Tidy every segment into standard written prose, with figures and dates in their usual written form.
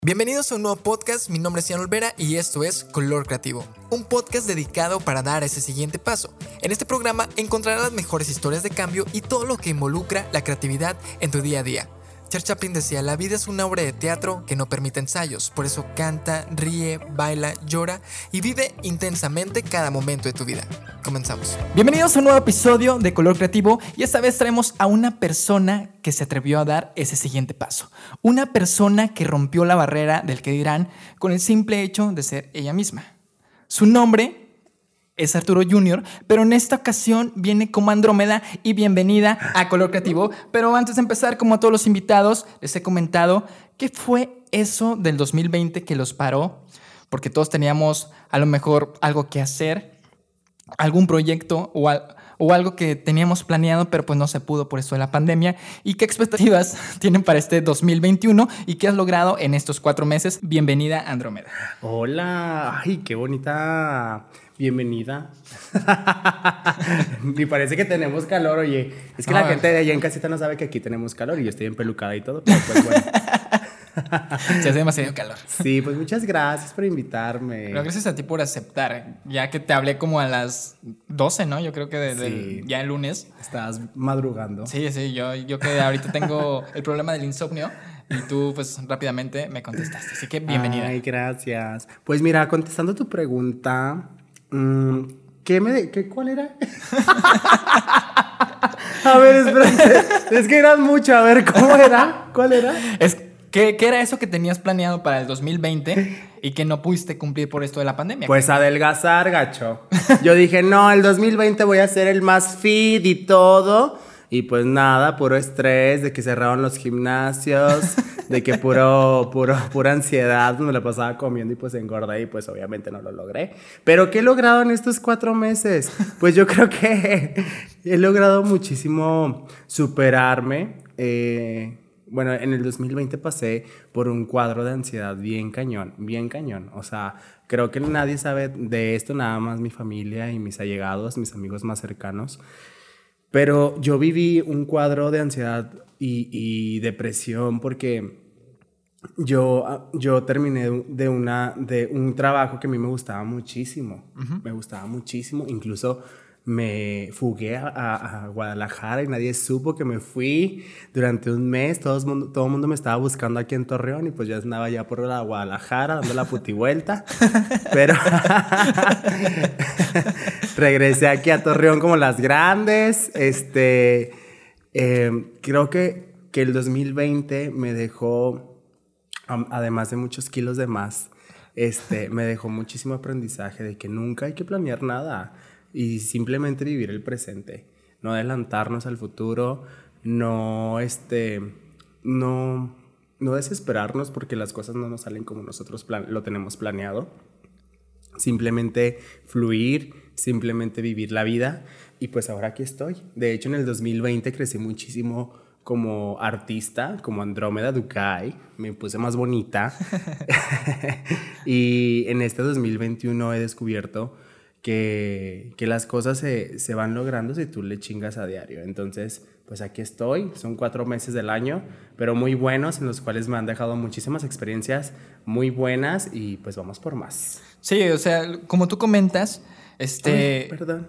Bienvenidos a un nuevo podcast, mi nombre es Ian Olvera y esto es Color Creativo, un podcast dedicado para dar ese siguiente paso. En este programa encontrarás las mejores historias de cambio y todo lo que involucra la creatividad en tu día a día. Charles Chaplin decía, la vida es una obra de teatro que no permite ensayos, por eso canta, ríe, baila, llora y vive intensamente cada momento de tu vida. Comenzamos. Bienvenidos a un nuevo episodio de Color Creativo y esta vez traemos a una persona que se atrevió a dar ese siguiente paso. Una persona que rompió la barrera del que dirán con el simple hecho de ser ella misma. Su nombre es Arturo Jr., pero en esta ocasión viene como Andrómeda y bienvenida a Color Creativo. Pero antes de empezar, como a todos los invitados, les he comentado qué fue eso del 2020 que los paró, porque todos teníamos a lo mejor algo que hacer, algún proyecto o algo que teníamos planeado, pero pues no se pudo por eso de la pandemia. ¿Y qué expectativas tienen para este 2021? ¿Y qué has logrado en estos 4 meses? Bienvenida, Andrómeda. Hola, ay, qué bonita bienvenida. Me parece que tenemos calor, oye. Es que la gente de allá en casita no sabe que aquí tenemos calor y yo estoy empelucada y todo, pero pues bueno. Se hace demasiado calor. Sí, pues muchas gracias por invitarme. Pero gracias a ti por aceptar, ya que te hablé como a las 12, ¿no? Yo creo que Sí. ya el lunes. Estabas madrugando. Sí, yo que ahorita tengo el problema del insomnio y tú pues rápidamente me contestaste, así que bienvenida. Ay, gracias. Pues mira, contestando tu pregunta, ¿cuál era? A ver, espérate. Es que eran mucho. A ver, ¿cómo era? ¿Cuál era? ¿Qué era eso que tenías planeado para el 2020 y que no pudiste cumplir por esto de la pandemia? Pues adelgazar, gacho. Yo dije, no, el 2020 voy a ser el más fit y todo. Y pues nada, puro estrés, de que cerraron los gimnasios, de que pura ansiedad, me la pasaba comiendo y pues engordé y pues obviamente no lo logré. Pero ¿qué he logrado en estos 4 meses? Pues yo creo que he logrado muchísimo superarme. Bueno, en el 2020 pasé por un cuadro de ansiedad bien cañón. O sea, creo que nadie sabe de esto, nada más mi familia y mis allegados, mis amigos más cercanos. Pero yo viví un cuadro de ansiedad y depresión porque yo terminé de un trabajo que a mí me gustaba muchísimo. Uh-huh. Me gustaba muchísimo. Incluso me fugué a Guadalajara y nadie supo que me fui durante un mes. Todo el mundo me estaba buscando aquí en Torreón y pues yo andaba ya por la Guadalajara dando la putivuelta. Pero regresé aquí a Torreón como las grandes. Creo que el 2020 me dejó, además de muchos kilos de más, me dejó muchísimo aprendizaje de que nunca hay que planear nada. Y simplemente vivir el presente, no adelantarnos al futuro, no desesperarnos porque las cosas no nos salen como nosotros lo tenemos planeado. Simplemente fluir, simplemente vivir la vida. Y pues ahora aquí estoy. De hecho, en el 2020 crecí muchísimo como artista, como Andrómeda Ducay. Me puse más bonita. Y en este 2021 he descubierto que las cosas se van logrando si tú le chingas a diario. Entonces, pues aquí estoy. Son 4 meses del año, pero muy buenos, en los cuales me han dejado muchísimas experiencias muy buenas y pues vamos por más. Sí, o sea, como tú comentas, Ay, perdón.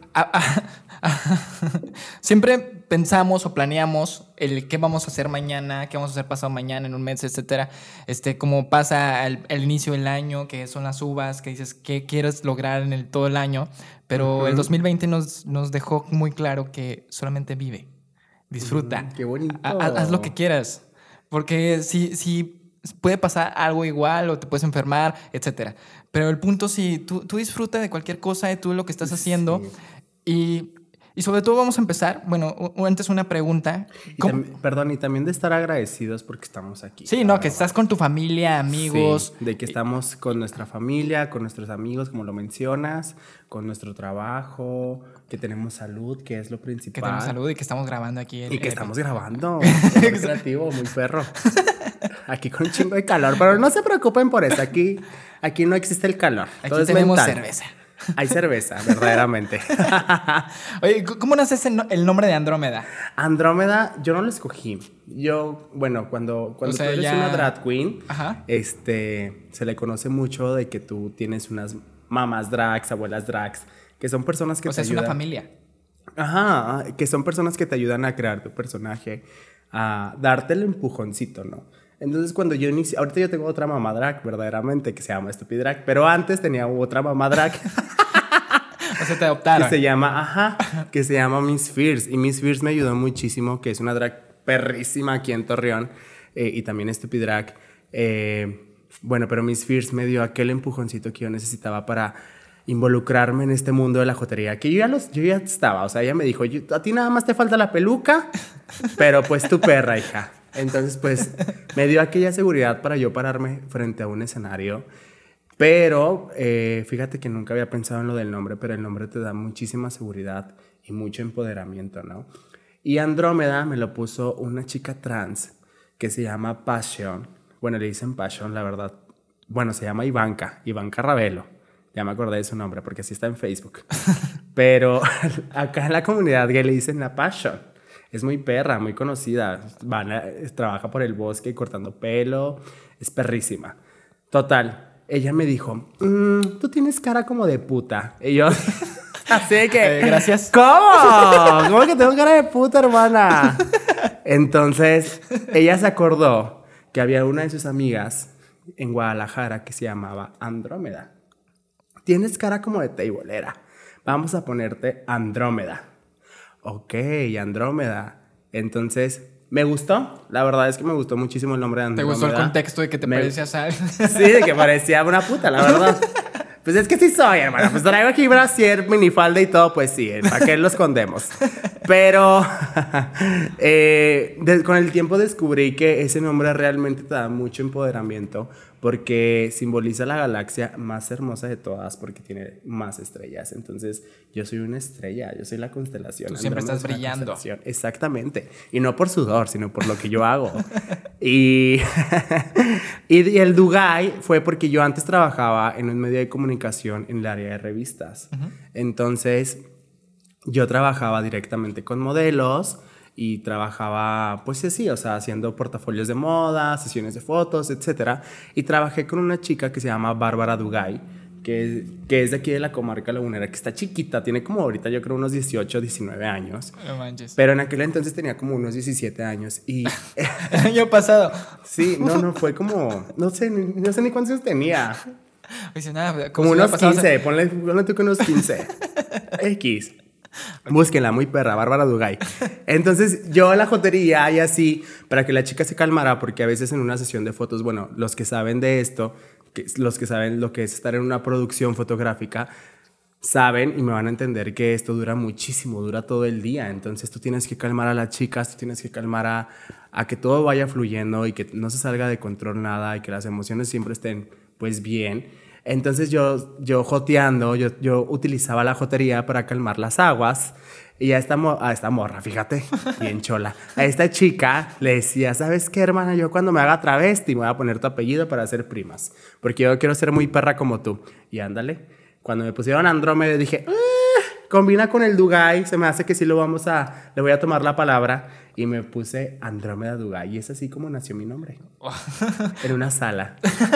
Siempre pensamos o planeamos el qué vamos a hacer mañana, qué vamos a hacer pasado mañana, en un mes, etcétera. Como pasa el inicio del año, que son las uvas, que dices qué quieres lograr en todo el año. Pero uh-huh. El 2020 nos dejó muy claro que solamente vive, disfruta. Qué bonito. Haz lo que quieras, porque si puede pasar algo igual o te puedes enfermar, etcétera. Pero el punto sí, tú disfruta de cualquier cosa, de tú lo que estás haciendo. Sí. Y sobre todo vamos a empezar, bueno, antes una pregunta. Y también de estar agradecidos porque estamos aquí. Sí, no, que estás con tu familia, amigos. Sí, de que estamos con nuestra familia, con nuestros amigos, como lo mencionas, con nuestro trabajo, que tenemos salud, que es lo principal. Que tenemos salud y que estamos grabando aquí. Estamos grabando. Muy creativo, muy perro. Aquí con un chingo de calor, pero no se preocupen por eso. Aquí no existe el calor. Aquí tenemos cerveza. Hay cerveza, verdaderamente. Oye, ¿cómo nace el nombre de Andrómeda? Andrómeda, yo no lo escogí. Yo, bueno, cuando O sea, tú eres una drag queen, Ajá. Se le conoce mucho de que tú tienes unas mamás drags, abuelas drags, que son personas que O sea, te es una ayudan. familia. Ajá, que son personas que te ayudan a crear tu personaje, a darte el empujoncito, ¿no? Entonces cuando yo inicié, ahorita yo tengo otra mamá drag, verdaderamente, que se llama Stupidrag, pero antes tenía otra mamá drag O sea, te adoptaron. que se llama Miss Fierce, y Miss Fierce me ayudó muchísimo, que es una drag perrísima aquí en Torreón, y también Stupidrag. Bueno, pero Miss Fierce me dio aquel empujoncito que yo necesitaba para involucrarme en este mundo de la jotería, que yo ya estaba, o sea, ella me dijo, a ti nada más te falta la peluca, pero pues tu perra, hija. Entonces, pues, me dio aquella seguridad para yo pararme frente a un escenario, pero fíjate que nunca había pensado en lo del nombre, pero el nombre te da muchísima seguridad y mucho empoderamiento, ¿no? Y Andrómeda me lo puso una chica trans que se llama Passion, bueno, le dicen Passion, la verdad, bueno, se llama Ivanka Ravelo. Ya me acordé de su nombre porque así está en Facebook. Pero acá en la comunidad gay le dicen la Passion. Es muy perra, muy conocida. Trabaja por el bosque cortando pelo. Es perrísima. Total, ella me dijo, tú tienes cara como de puta. Y yo, así que... gracias. ¿Cómo? ¿Cómo que tengo cara de puta, hermana? Entonces, ella se acordó que había una de sus amigas en Guadalajara que se llamaba Andrómeda. Tienes cara como de teibolera. Vamos a ponerte Andrómeda. Ok, Andrómeda. Entonces, me gustó. La verdad es que me gustó muchísimo el nombre de Andrómeda. ¿Te gustó el contexto de que te parecías a él? Sí, de que parecía una puta, la verdad. Pues es que sí soy, hermano. Pues traigo aquí brasier, minifalda y todo, pues sí, ¿para qué lo escondemos? Pero con el tiempo descubrí que ese nombre realmente te da mucho empoderamiento porque simboliza la galaxia más hermosa de todas porque tiene más estrellas. Entonces, yo soy una estrella, yo soy la constelación. Tú siempre estás brillando. Exactamente. Y no por sudor, sino por lo que yo hago. y el Dugay fue porque yo antes trabajaba en un medio de comunicación en el área de revistas. Uh-huh. Entonces, yo trabajaba directamente con modelos y trabajaba, pues así, o sea, haciendo portafolios de moda, sesiones de fotos, etcétera. Y trabajé con una chica que se llama Bárbara Dugay, que es de aquí de la comarca lagunera, que está chiquita, tiene como ahorita yo creo unos 18, 19 años. No manches. Pero en aquel entonces tenía como unos 17 años y... El año pasado. Sí, no, fue como, no sé ni cuántos años tenía. Dice, nada, como unos 15, ponle tú que unos 15. X. Búsquenla, muy perra, Bárbara Dugay. Entonces yo la jotería y así, para que la chica se calmara, porque a veces en una sesión de fotos, bueno, los que saben de esto, los que saben lo que es estar en una producción fotográfica, saben y me van a entender que esto dura muchísimo, dura todo el día. Entonces tú tienes que calmar a las chicas, tú tienes que calmar a que todo vaya fluyendo y que no se salga de control nada y que las emociones siempre estén pues bien. Entonces yo joteando, yo utilizaba la jotería para calmar las aguas. Y a esta morra, fíjate, bien chola. A esta chica le decía, ¿sabes qué, hermana? Yo cuando me haga travesti me voy a poner tu apellido para hacer primas. Porque yo quiero ser muy perra como tú. Y ándale, cuando me pusieron Andrómeda dije, combina con el Dugay, se me hace que sí le voy a tomar la palabra. Y me puse Andrómeda Dugay. Y es así como nació mi nombre. En una sala.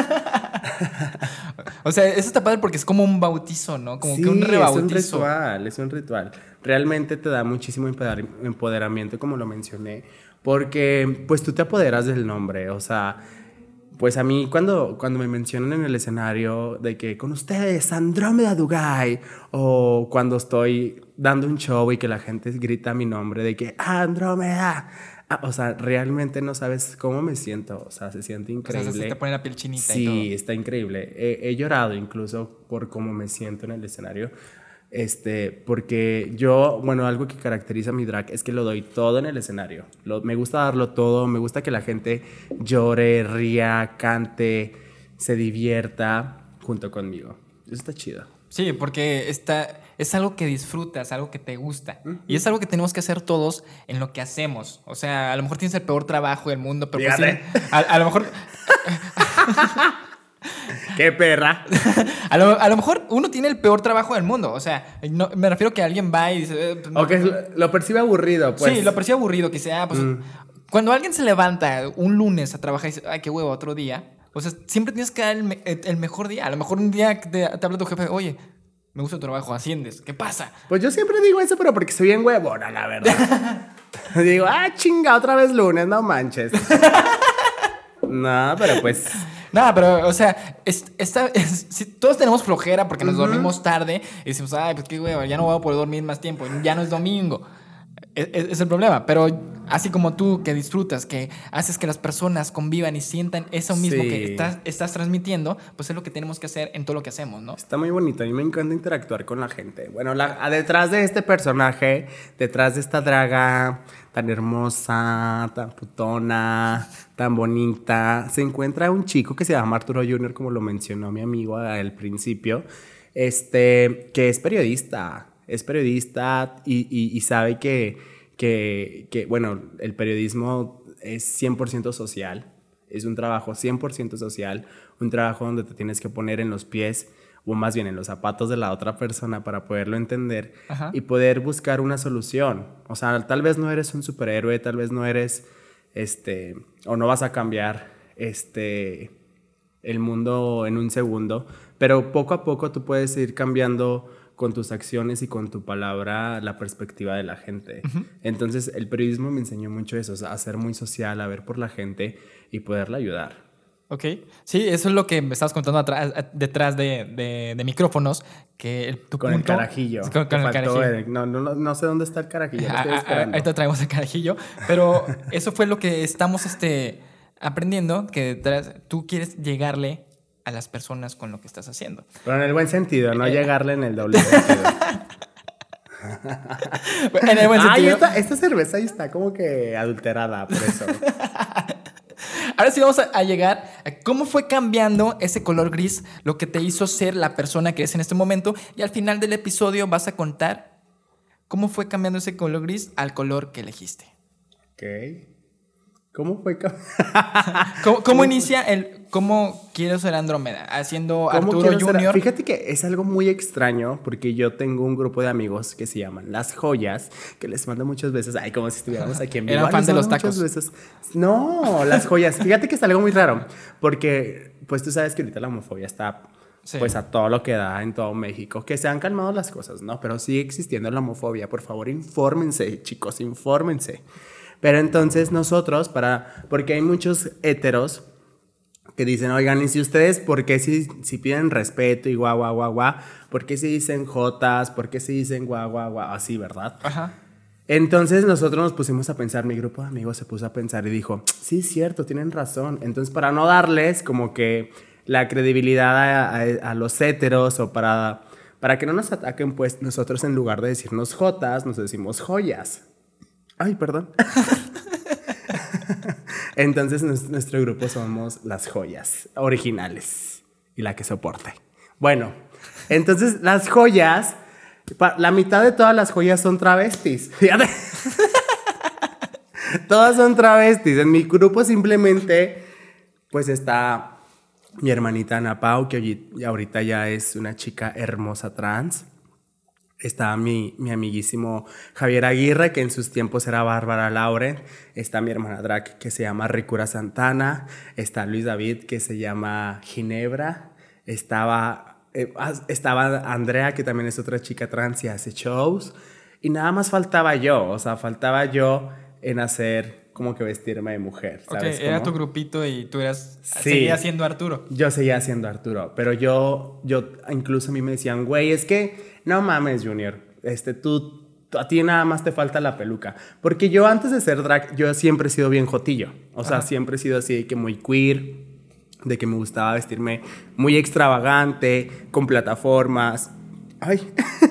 O sea, eso está padre porque es como un bautizo, ¿no? Como sí, que un rebautizo. Es un ritual. Realmente te da muchísimo empoderamiento, como lo mencioné, porque pues tú te apoderas del nombre. O sea, pues a mí cuando me mencionan en el escenario de que con ustedes Andrómeda Dugay, o cuando estoy dando un show y que la gente grita mi nombre de que Andrómeda, o sea, realmente no sabes cómo me siento. O sea, se siente increíble. O sea, se te pone la piel chinita y todo. Sí, está increíble. He llorado incluso por cómo me siento en el escenario. Porque yo, bueno, algo que caracteriza mi drag es que lo doy todo en el escenario. Me gusta darlo todo. Me gusta que la gente llore, ría, cante, se divierta junto conmigo. Eso está chido. Sí, porque es algo que disfrutas, algo que te gusta. Uh-huh. Y es algo que tenemos que hacer todos en lo que hacemos. O sea, a lo mejor tienes el peor trabajo del mundo, pero pues, a lo mejor... ¡Qué perra! A lo mejor uno tiene el peor trabajo del mundo. O sea, no, me refiero que alguien va y dice... O que lo percibe aburrido, pues. Sí, lo percibe aburrido. Que sea, pues... Cuando alguien se levanta un lunes a trabajar y dice, ay, qué huevo, otro día. O sea, siempre tienes que dar el mejor día. A lo mejor un día te habla tu jefe, oye, me gusta tu trabajo, asciendes. ¿Qué pasa? Pues yo siempre digo eso, pero porque soy bien huevona, la verdad. Digo, chinga, otra vez lunes, no manches. No, pero pues... No, pero, o sea, todos tenemos flojera porque nos dormimos tarde y decimos, ay, pues qué hueva, ya no voy a poder dormir más tiempo, ya no es domingo. Es el problema, pero así como tú que disfrutas, que haces que las personas convivan y sientan eso mismo que estás transmitiendo, pues es lo que tenemos que hacer en todo lo que hacemos, ¿no? Está muy bonito, a mí me encanta interactuar con la gente. Bueno, detrás de este personaje, detrás de esta draga tan hermosa, tan putona, tan bonita, se encuentra un chico que se llama Arturo Junior, como lo mencionó mi amigo al principio, que es periodista. Es periodista y sabe que, bueno, el periodismo es 100% social. Es un trabajo 100% social, un trabajo donde te tienes que poner en los pies, o más bien en los zapatos de la otra persona para poderlo entender. Ajá. Y poder buscar una solución. O sea, tal vez no eres un superhéroe, tal vez no eres, o no vas a cambiar el mundo en un segundo, pero poco a poco tú puedes ir cambiando con tus acciones y con tu palabra la perspectiva de la gente. Uh-huh. Entonces el periodismo me enseñó mucho eso, o sea, a ser muy social, a ver por la gente y poderla ayudar. Ok, sí, eso es lo que me estabas contando detrás de micrófonos, que tu con punto, el carajillo. Con el carajillo. No sé dónde está el carajillo. Ahorita traemos el carajillo, pero eso fue lo que estamos aprendiendo, que tú quieres llegarle a las personas con lo que estás haciendo. Pero en el buen sentido, no llegarle en el doble sentido. En el buen sentido. Esta cerveza ahí está como que adulterada, por eso. Ahora sí vamos a llegar a cómo fue cambiando ese color gris, lo que te hizo ser la persona que eres en este momento. Y al final del episodio vas a contar cómo fue cambiando ese color gris al color que elegiste. Ok. ¿Cómo fue? ¿Cómo inicia cómo quiero ser Andrómeda? Haciendo Arturo Junior. Fíjate que es algo muy extraño porque yo tengo un grupo de amigos que se llaman Las Joyas, que les mando muchas veces, como si estuviéramos aquí en vivo. ¿Eran fan de los tacos? No, Las Joyas. Fíjate que es algo muy raro porque pues tú sabes que ahorita la homofobia está pues a todo lo que da en todo México. Que se han calmado las cosas, ¿no? Pero sigue existiendo la homofobia. Por favor, infórmense, chicos, infórmense. Pero entonces nosotros, porque hay muchos héteros que dicen, oigan, ¿y si ustedes por qué si piden respeto y guau, guau, guau, guau? ¿Por qué si dicen jotas? ¿Por qué si dicen guau, guau, guau? Así, ¿verdad? Ajá. Entonces nosotros nos pusimos a pensar, mi grupo de amigos se puso a pensar y dijo, sí, cierto, tienen razón. Entonces para no darles como que la credibilidad a los héteros o para que no nos ataquen, pues nosotros en lugar de decirnos jotas, nos decimos joyas. Ay, perdón. Entonces nuestro grupo somos Las Joyas originales y la que soporte. Bueno, entonces las joyas, la mitad de todas las joyas son travestis. Fíjate. Todas son travestis. En mi grupo simplemente pues está mi hermanita Ana Pau, que ahorita ya es una chica hermosa trans. Está mi amiguísimo Javier Aguirre, que en sus tiempos era Bárbara Lauren. Está mi hermana drag, que se llama Ricura Santana. Está Luis David, que se llama Ginebra. Estaba Andrea, que también es otra chica trans y hace shows. Y nada más faltaba yo. O sea, faltaba yo en hacer como que vestirme de mujer, ¿sabes? Ok, era tu grupito y tú seguías siendo Arturo. Yo seguía siendo Arturo, pero yo incluso a mí me decían, güey, es que no mames, Junior, a ti nada más te falta la peluca. Porque yo antes de ser drag, yo siempre he sido bien jotillo. O sea, siempre he sido así de que muy queer, de que me gustaba vestirme muy extravagante, con plataformas. Ay.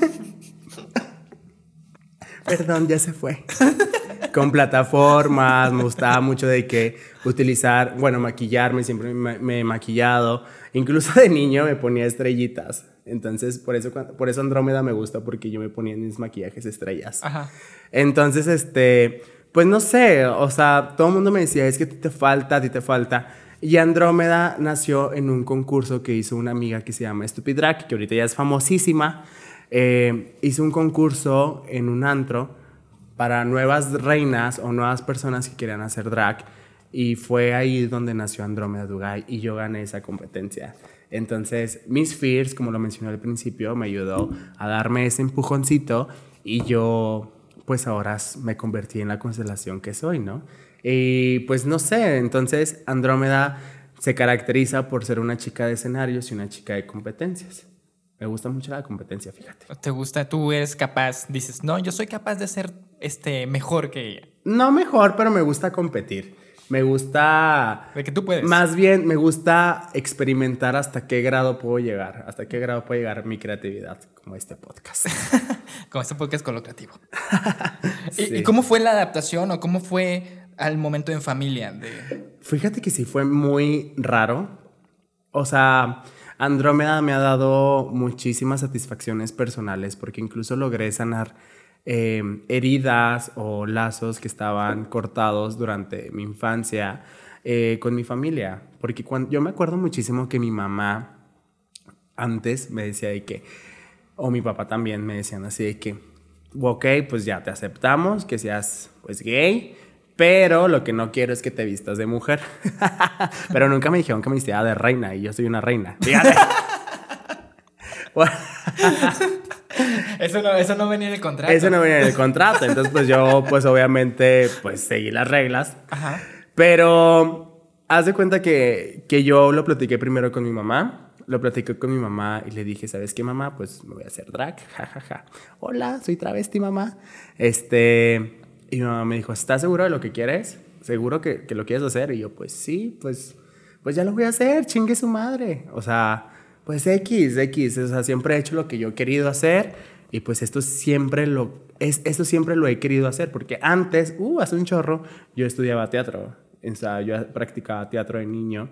Perdón, ya se fue. Con plataformas, me gustaba mucho de que maquillarme, siempre me he maquillado. Incluso de niño me ponía estrellitas. Entonces, por eso Andrómeda me gusta, porque yo me ponía en mis maquillajes estrellas. Ajá. Entonces, pues no sé, o sea, todo el mundo me decía, es que a ti te falta. Y Andrómeda nació en un concurso que hizo una amiga que se llama Stupid Drag, que ahorita ya es famosísima. Hizo un concurso en un antro para nuevas reinas o nuevas personas que querían hacer drag. Y fue ahí donde nació Andrómeda Dugay y yo gané esa competencia. Entonces, Miss Fierce, como lo mencioné al principio, me ayudó a darme ese empujoncito y yo, pues ahora me convertí en la constelación que soy, ¿no? Y pues no sé, entonces Andrómeda se caracteriza por ser una chica de escenarios y una chica de competencias. Me gusta mucho la competencia, fíjate. ¿Te gusta? Tú eres capaz, dices, no, yo soy capaz de ser mejor que ella. No mejor, pero me gusta competir. Me gusta... De que tú puedes. Más bien, me gusta experimentar hasta qué grado puedo llegar. Hasta qué grado puede llegar mi creatividad, como este podcast. Como este podcast con lo creativo. Sí. ¿Y cómo fue la adaptación o cómo fue al momento en familia? Fíjate que sí fue muy raro. O sea, Andrómeda me ha dado muchísimas satisfacciones personales porque incluso logré sanar heridas o lazos que estaban cortados durante mi infancia con mi familia. Porque yo me acuerdo muchísimo que mi mamá antes me decía de que, o mi papá también me decían así de que, ok, pues ya te aceptamos que seas pues gay, pero lo que no quiero es que te vistas de mujer. Pero nunca me dijeron que me vistiera de reina y yo soy una reina. Fíjate. Bueno. Eso no venía en el contrato. Eso no venía en el contrato. Entonces, pues yo, pues obviamente, pues seguí las reglas. Ajá. Pero haz de cuenta que yo lo platiqué primero con mi mamá. Lo platiqué con mi mamá y le dije, ¿sabes qué, mamá? Pues me voy a hacer drag. Ja, ja, ja. Hola, soy travesti, mamá. Y mi mamá me dijo, ¿estás seguro de lo que quieres? ¿Seguro que lo quieres hacer? Y yo, pues sí, pues ya lo voy a hacer. Chingue su madre. O sea, pues X. O sea, siempre he hecho lo que yo he querido hacer. Y pues esto siempre lo he querido hacer. Porque antes, hace un chorro, yo estudiaba teatro. O sea, yo practicaba teatro de niño.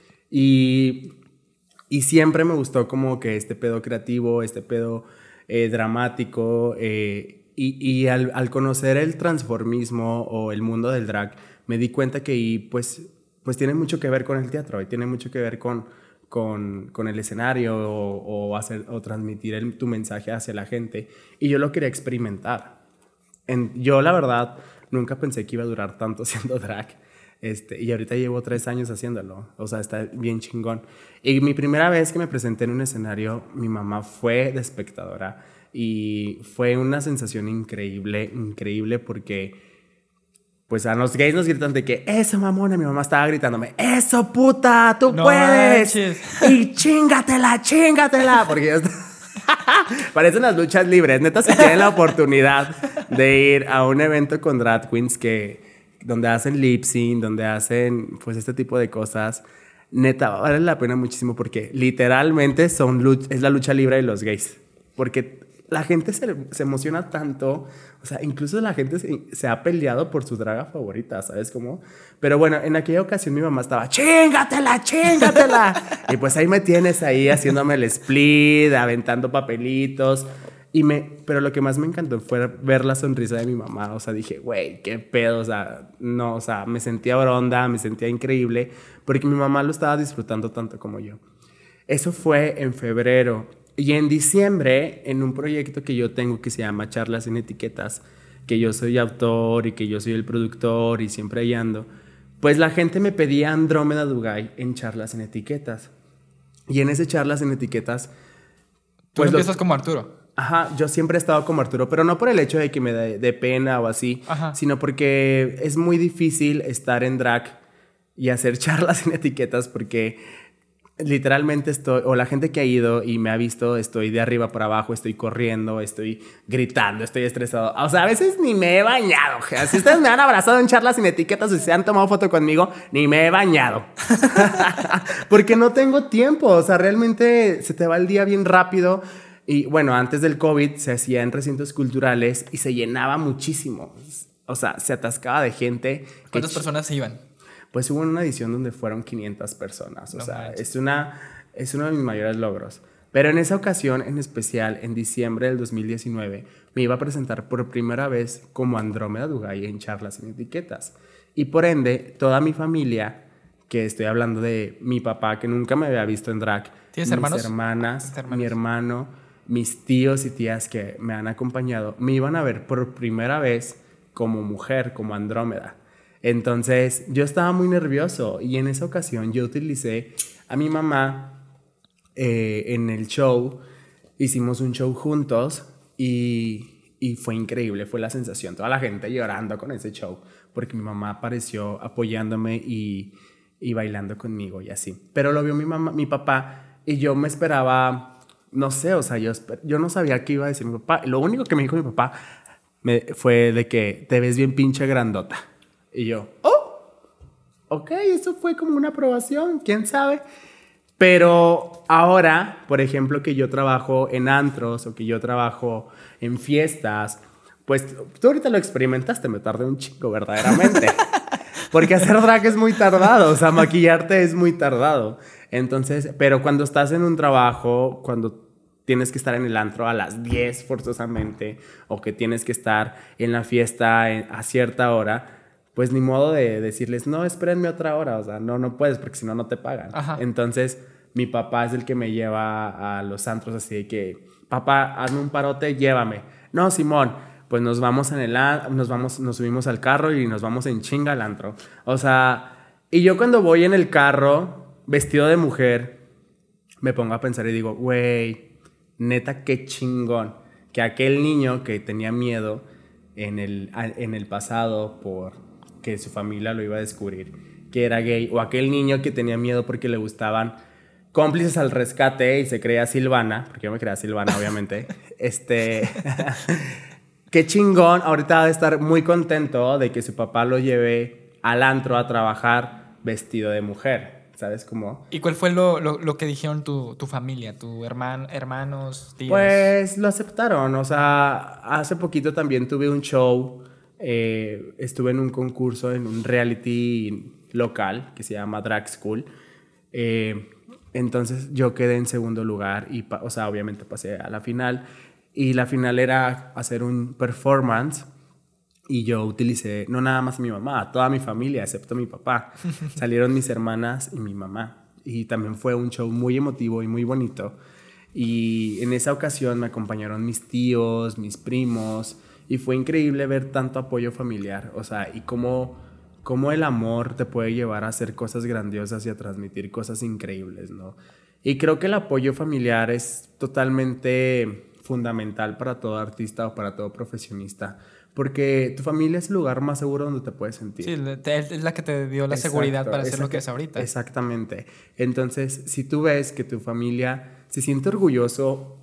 Y siempre me gustó como que este pedo creativo, este pedo dramático. Y al conocer el transformismo o el mundo del drag, me di cuenta que pues tiene mucho que ver con el teatro y tiene mucho que ver con el escenario o transmitir tu mensaje hacia la gente. Y yo lo quería experimentar. Yo, la verdad, nunca pensé que iba a durar tanto haciendo drag. Y ahorita llevo 3 años haciéndolo. O sea, está bien chingón. Y mi primera vez que me presenté en un escenario, mi mamá fue de espectadora. Y fue una sensación increíble porque pues a los gays nos gritan de que ¡eso, mamona! Mi mamá estaba gritándome ¡eso, puta! ¡Tú no puedes! Manches. ¡Y chingatela! Porque yo parecen las luchas libres. Neta, si tienen la oportunidad de ir a un evento con drag queens donde hacen lip sync, donde hacen pues este tipo de cosas, neta, vale la pena muchísimo porque literalmente es la lucha libre de los gays. Porque la gente se emociona tanto, o sea, incluso la gente se ha peleado por su draga favorita, ¿sabes cómo? Pero bueno, en aquella ocasión mi mamá estaba, ¡chingatela! Y pues ahí me tienes ahí haciéndome el split, aventando papelitos. Pero lo que más me encantó fue ver la sonrisa de mi mamá. O sea, dije, güey, qué pedo. O sea, no, o sea, me sentía bronda, me sentía increíble, porque mi mamá lo estaba disfrutando tanto como yo. Eso fue en febrero. Y en diciembre, en un proyecto que yo tengo que se llama Charlas en Etiquetas, que yo soy autor y que yo soy el productor y siempre ahí ando, pues la gente me pedía Andrómeda Dugay en Charlas en Etiquetas. Y en ese Charlas en Etiquetas... Pues tú empiezas como Arturo. Ajá, yo siempre he estado como Arturo, pero no por el hecho de que me dé pena o así, sino porque es muy difícil estar en drag y hacer charlas en etiquetas porque... literalmente o la gente que ha ido y me ha visto, estoy de arriba para abajo, estoy corriendo, estoy gritando, estoy estresado. O sea, a veces ni me he bañado. Si ustedes me han abrazado en charlas sin etiquetas o si se han tomado foto conmigo, ni me he bañado. Porque no tengo tiempo. O sea, realmente se te va el día bien rápido. Y bueno, antes del COVID se hacía en recintos culturales y se llenaba muchísimo. O sea, se atascaba de gente. ¿Cuántas personas se iban? Pues hubo una edición donde fueron 500 personas. O sea, es uno de mis mayores logros. Pero en esa ocasión, en especial, en diciembre del 2019, me iba a presentar por primera vez como Andrómeda Dugay en Charlas en Etiquetas. Y por ende, toda mi familia que estoy hablando de mi papá, que nunca me había visto en drag. ¿Tienes hermanos? Mis hermanas, mi hermano, mis tíos y tías que me han acompañado, me iban a ver por primera vez como mujer, como Andrómeda. Entonces yo estaba muy nervioso y en esa ocasión yo utilicé a mi mamá en el show. Hicimos un show juntos y fue increíble, fue la sensación. Toda la gente llorando con ese show porque mi mamá apareció apoyándome y bailando conmigo y así. Pero lo vio mi papá y yo me esperaba, no sé, o sea, yo no sabía qué iba a decir mi papá. Lo único que me dijo mi papá fue de que te ves bien pinche grandota. Y yo, ok, eso fue como una aprobación, quién sabe. Pero ahora, por ejemplo, que yo trabajo en antros o que yo trabajo en fiestas, pues tú ahorita lo experimentaste, me tardé un chingo verdaderamente. Porque hacer drag es muy tardado, o sea, maquillarte es muy tardado. Entonces, pero cuando estás en un trabajo, cuando tienes que estar en el antro a las 10 forzosamente, o que tienes que estar en la fiesta a cierta hora, pues ni modo de decirles, no, espérenme otra hora, o sea, no puedes porque si no, no te pagan. Ajá. Entonces, mi papá es el que me lleva a los antros así de que, papá, hazme un parote, llévame. No, Simón, pues nos subimos al carro y nos vamos en chinga al antro. O sea, y yo cuando voy en el carro, vestido de mujer, me pongo a pensar y digo, güey, neta, qué chingón que aquel niño que tenía miedo en el pasado por que su familia lo iba a descubrir, que era gay, o aquel niño que tenía miedo porque le gustaban Cómplices al Rescate y se creía Silvana, porque yo me creía Silvana, obviamente. Qué chingón, ahorita va a estar muy contento de que su papá lo lleve al antro a trabajar vestido de mujer, ¿sabes cómo? ¿Y cuál fue lo que dijeron tu familia, tu hermanos, tíos? Pues lo aceptaron, o sea, hace poquito también tuve un show. Estuve en un concurso, en un reality local que se llama Drag School. Entonces yo quedé en segundo lugar y, o sea, obviamente pasé a la final. Y la final era hacer un performance y yo utilicé, no nada más a mi mamá, a toda mi familia, excepto mi papá. Salieron mis hermanas y mi mamá. Y también fue un show muy emotivo y muy bonito. Y en esa ocasión me acompañaron mis tíos, mis primos. Y fue increíble ver tanto apoyo familiar, o sea, y cómo el amor te puede llevar a hacer cosas grandiosas y a transmitir cosas increíbles, ¿no? Y creo que el apoyo familiar es totalmente fundamental para todo artista o para todo profesionista, porque tu familia es el lugar más seguro donde te puedes sentir. Sí, es la que te dio la seguridad para hacer lo que es ahorita. Exactamente. Entonces, si tú ves que tu familia se siente orgullosa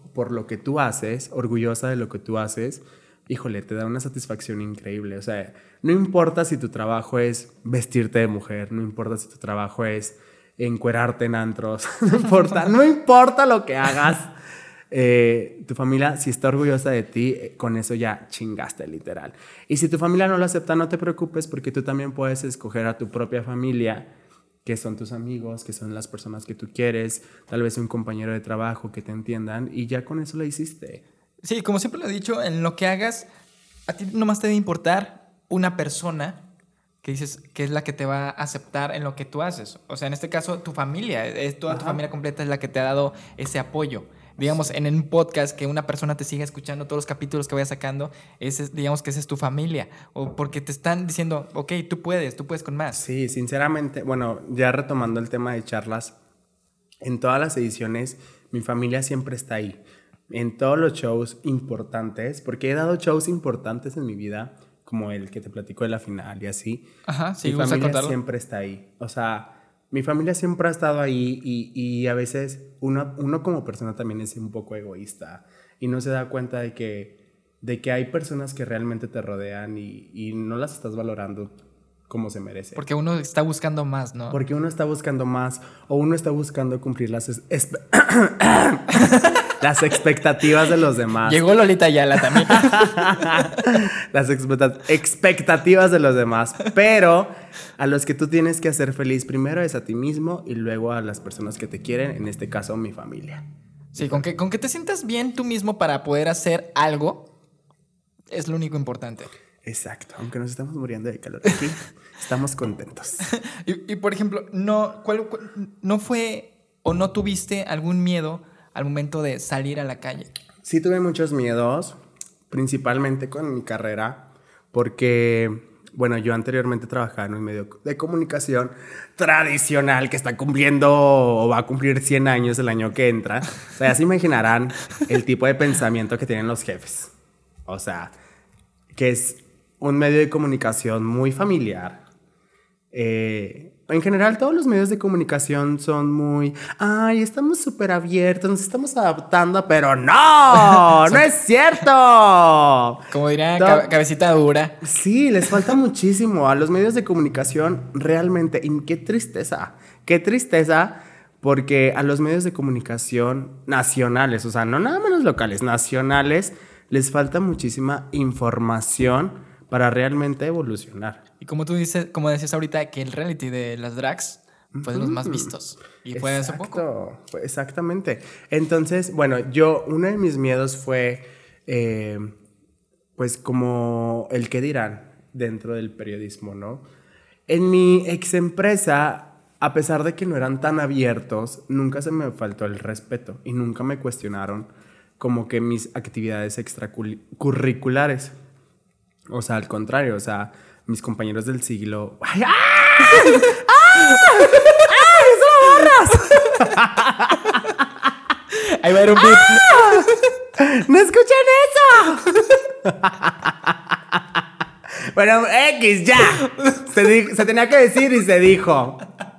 de lo que tú haces, híjole, te da una satisfacción increíble. O sea, no importa si tu trabajo es vestirte de mujer, no importa si tu trabajo es encuerarte en antros, no importa lo que hagas. Tu familia, si está orgullosa de ti, con eso ya chingaste, literal. Y si tu familia no lo acepta, no te preocupes, porque tú también puedes escoger a tu propia familia, que son tus amigos, que son las personas que tú quieres, tal vez un compañero de trabajo que te entiendan, y ya con eso lo hiciste. Sí, como siempre lo he dicho, en lo que hagas, a ti nomás te debe importar una persona que dices que es la que te va a aceptar en lo que tú haces. O sea, en este caso, tu familia, toda tu familia completa es la que te ha dado ese apoyo. Digamos, en un podcast que una persona te siga escuchando todos los capítulos que vayas sacando, digamos que esa es tu familia. O porque te están diciendo, ok, tú puedes con más. Sí, sinceramente, bueno, ya retomando el tema de charlas, en todas las ediciones, mi familia siempre está ahí. En todos los shows importantes, porque he dado shows importantes en mi vida, como el que te platico de la final y así. Ajá, sí, mi familia siempre está ahí. O sea, mi familia siempre ha estado ahí y a veces uno como persona también es un poco egoísta y no se da cuenta de que hay personas que realmente te rodean y no las estás valorando como se merece. Porque uno está buscando más, ¿no? Porque uno está buscando más o uno está buscando cumplir las expectativas de los demás. Llegó Lolita Ayala también. Las expectativas de los demás. Pero a los que tú tienes que hacer feliz primero es a ti mismo y luego a las personas que te quieren, en este caso mi familia. Sí, con que te sientas bien tú mismo para poder hacer algo es lo único importante. Exacto, aunque nos estamos muriendo de calor aquí, estamos contentos. Y por ejemplo, ¿no fue o no tuviste algún miedo al momento de salir a la calle? Sí tuve muchos miedos, principalmente con mi carrera, porque, bueno, yo anteriormente trabajaba en un medio de comunicación tradicional que está cumpliendo o va a cumplir 100 años el año que entra. O sea, ya se imaginarán el tipo de pensamiento que tienen los jefes. O sea, que es un medio de comunicación muy familiar. En general, todos los medios de comunicación son muy... Ay, estamos súper abiertos, nos estamos adaptando, pero no, no es cierto. Como diría cabecita dura. Sí, les falta muchísimo a los medios de comunicación realmente. Y qué tristeza, porque a los medios de comunicación nacionales, o sea, no nada menos locales, nacionales, les falta muchísima información para realmente evolucionar. Y como tú dices, como decías ahorita, que el reality de las drags fue de los más vistos. Y fue hace poco. Exactamente. Entonces, bueno, uno de mis miedos fue, pues como el qué dirán dentro del periodismo, ¿no? En mi ex empresa, a pesar de que no eran tan abiertos, nunca se me faltó el respeto y nunca me cuestionaron como que mis actividades extracurriculares. O sea, al contrario, o sea, mis compañeros del siglo... ¡Ay! ¡Ah! ¡Ah! ¡Ay, eso lo borras! Ahí va a ir un beat. ¡Ah! ¡No escuchan eso! Bueno, X, ya. Se tenía que decir y se dijo.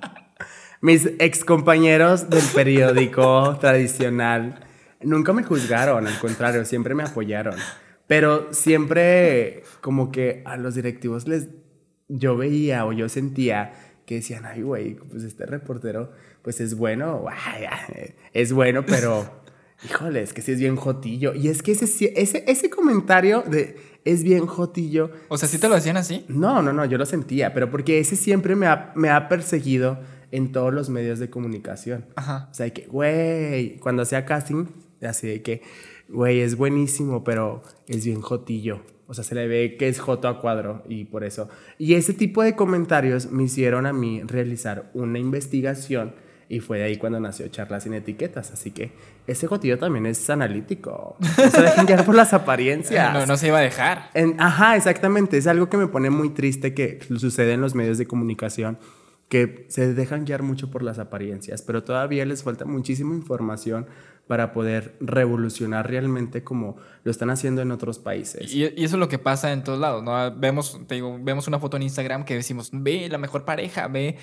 Mis excompañeros del periódico tradicional nunca me juzgaron, al contrario, siempre me apoyaron. Pero siempre como que a los directivos yo veía o yo sentía que decían, ay, güey, pues este reportero pues es bueno, es bueno, pero híjole, es que sí es bien jotillo. Y es que ese comentario de es bien jotillo. O sea, ¿sí te lo decían así? No, yo lo sentía, pero porque ese siempre me ha perseguido en todos los medios de comunicación. Ajá. O sea, que, güey, cuando hacía casting, así de que, güey, es buenísimo, pero es bien jotillo. O sea, se le ve que es joto a cuadro y por eso. Y ese tipo de comentarios me hicieron a mí realizar una investigación y fue de ahí cuando nació Charlas Sin Etiquetas. Así que ese jotillo también es analítico. No se dejen guiar por las apariencias. No se iba a dejar. Ajá, exactamente. Es algo que me pone muy triste que sucede en los medios de comunicación, que se dejan guiar mucho por las apariencias, pero todavía les falta muchísima información para poder revolucionar realmente como lo están haciendo en otros países. Y eso es lo que pasa en todos lados, ¿no? Vemos una foto en Instagram que decimos, ve la mejor pareja, ve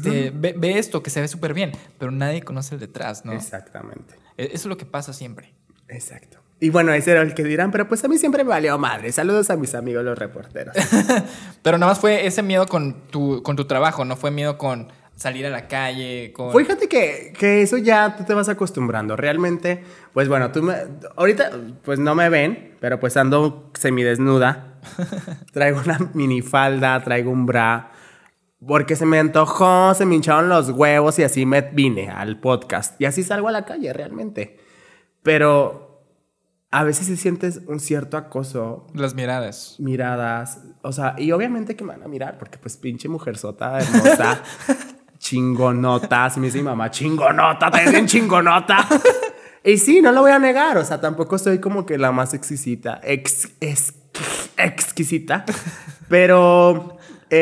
esto que se ve súper bien, pero nadie conoce el detrás, ¿no? Exactamente. Eso es lo que pasa siempre. Exacto. Y bueno, ese era el que dirán, pero pues a mí siempre me valió madre. Saludos a mis amigos los reporteros. Pero nada más fue ese miedo con tu trabajo, no fue miedo con salir a la calle, con... Fíjate que eso ya tú te vas acostumbrando. Realmente, pues bueno, ahorita pues no me ven, pero pues ando semidesnuda. Traigo una minifalda, traigo un bra, porque se me antojó, se me hincharon los huevos y así me vine al podcast. Y así salgo a la calle realmente. Pero a veces se sientes un cierto acoso. Las miradas. O sea, y obviamente que me van a mirar, porque pues pinche mujerzota hermosa, chingonota, así me dice mi mamá, chingonota, te dicen chingonota. Y sí, no lo voy a negar, o sea, tampoco soy como que la más exquisita, exquisita, pero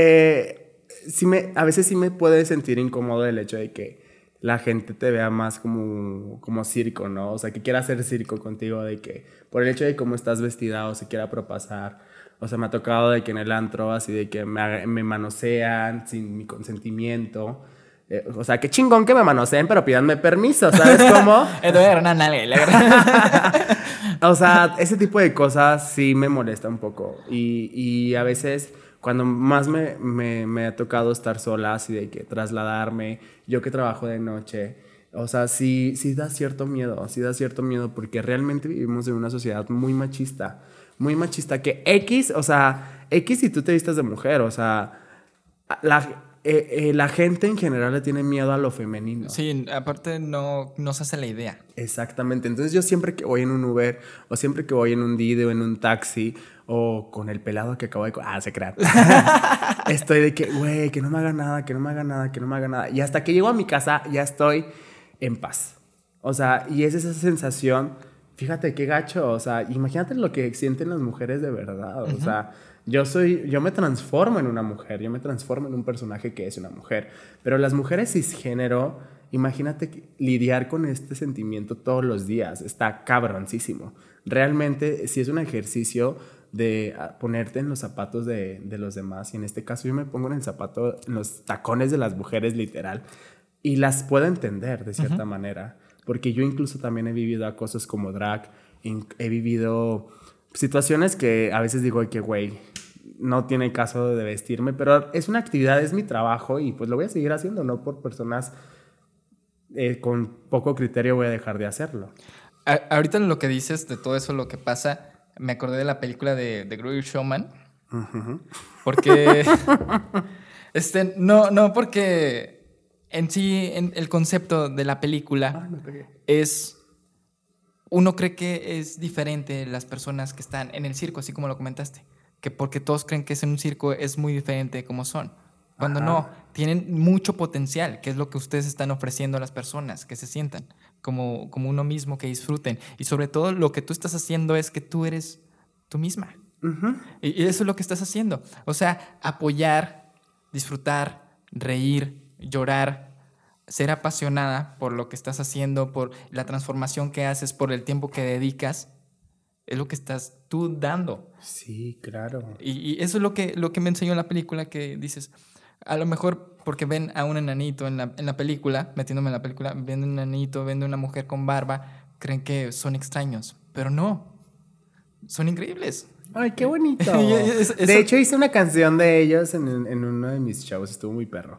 a veces sí me puede sentir incómodo el hecho de que la gente te vea más como circo, ¿no? O sea, que quiera hacer circo contigo, de que por el hecho de cómo estás vestida o se quiera propasar. O sea, me ha tocado de que en el antro, así de que me manosean sin mi consentimiento. O sea, qué chingón que me manoseen, pero pídanme permiso, ¿sabes cómo? Te voy a dar una nalga, la verdad. O sea, ese tipo de cosas sí me molesta un poco. Y a veces, cuando más me ha tocado estar sola, así de que trasladarme, yo que trabajo de noche, o sea, sí da cierto miedo, porque realmente vivimos en una sociedad muy machista, que X si tú te vistas de mujer, o sea, la gente en general le tiene miedo a lo femenino. Sí, aparte no se hace la idea. Exactamente. Entonces yo siempre que voy en un Uber o siempre que voy en un Didi o en un taxi o con el pelado que acabo de... se crean. Estoy de que, güey, que no me haga nada, que no me haga nada, que no me haga nada. Y hasta que llego a mi casa ya estoy en paz. O sea, y es esa sensación, fíjate qué gacho, o sea, imagínate lo que sienten las mujeres de verdad. O sea, yo me transformo en una mujer, yo me transformo en un personaje que es una mujer. Pero las mujeres cisgénero, imagínate lidiar con este sentimiento todos los días, está cabroncísimo. Realmente, si es un ejercicio de ponerte en los zapatos de los demás, y en este caso yo me pongo en el zapato, en los tacones de las mujeres literal, y las puedo entender de cierta manera, porque yo incluso también he vivido acosos como drag, he vivido situaciones que a veces digo que güey, no tiene caso de vestirme, pero es una actividad, es mi trabajo y pues lo voy a seguir haciendo, no por personas con poco criterio voy a dejar de hacerlo. Ahorita lo que dices de todo eso, lo que pasa, me acordé de la película de The Greatest Showman. Porque no porque en sí el concepto de la película es, uno cree que es diferente las personas que están en el circo, así como lo comentaste, que porque todos creen que es en un circo es muy diferente de cómo son, cuando no, tienen mucho potencial, que es lo que ustedes están ofreciendo a las personas, que se sientan como uno mismo, que disfruten, y sobre todo lo que tú estás haciendo es que tú eres tú misma. Y eso es lo que estás haciendo, o sea, apoyar, disfrutar, reír, llorar, ser apasionada por lo que estás haciendo, por la transformación que haces, por el tiempo que dedicas, es lo que estás tú dando. Sí, claro. Y eso es lo que me enseñó la película, que dices, a lo mejor porque ven a un enanito en la película, metiéndome en la película, ven un enanito, ven una mujer con barba, creen que son extraños, pero no, son increíbles. Ay, qué bonito. De hecho, hice una canción de ellos en uno de mis shows, estuvo muy perro.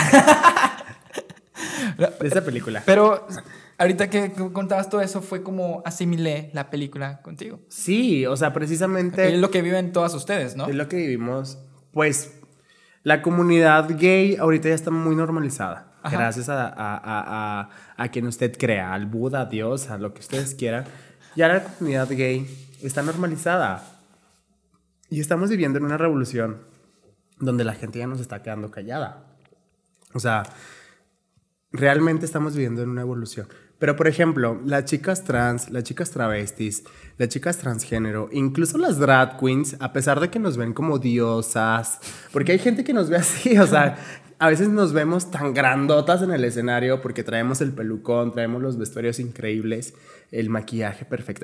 De esa película. Pero ahorita que contabas todo eso, fue como asimilé la película contigo. Sí, o sea, precisamente... Es lo que viven todas ustedes, ¿no? Es lo que vivimos. Pues, la comunidad gay ahorita ya está muy normalizada. Ajá. Gracias a quien usted crea, al Buda, a Dios, a lo que ustedes quieran. Ya la comunidad gay está normalizada. Y estamos viviendo en una revolución donde la gente ya nos está quedando callada. O sea, realmente estamos viviendo en una evolución. Pero, por ejemplo, las chicas trans, las chicas travestis, las chicas transgénero, incluso las drag queens, a pesar de que nos ven como diosas, porque hay gente que nos ve así, o sea, a veces nos vemos tan grandotas en el escenario porque traemos el pelucón, traemos los vestuarios increíbles, el maquillaje perfecto.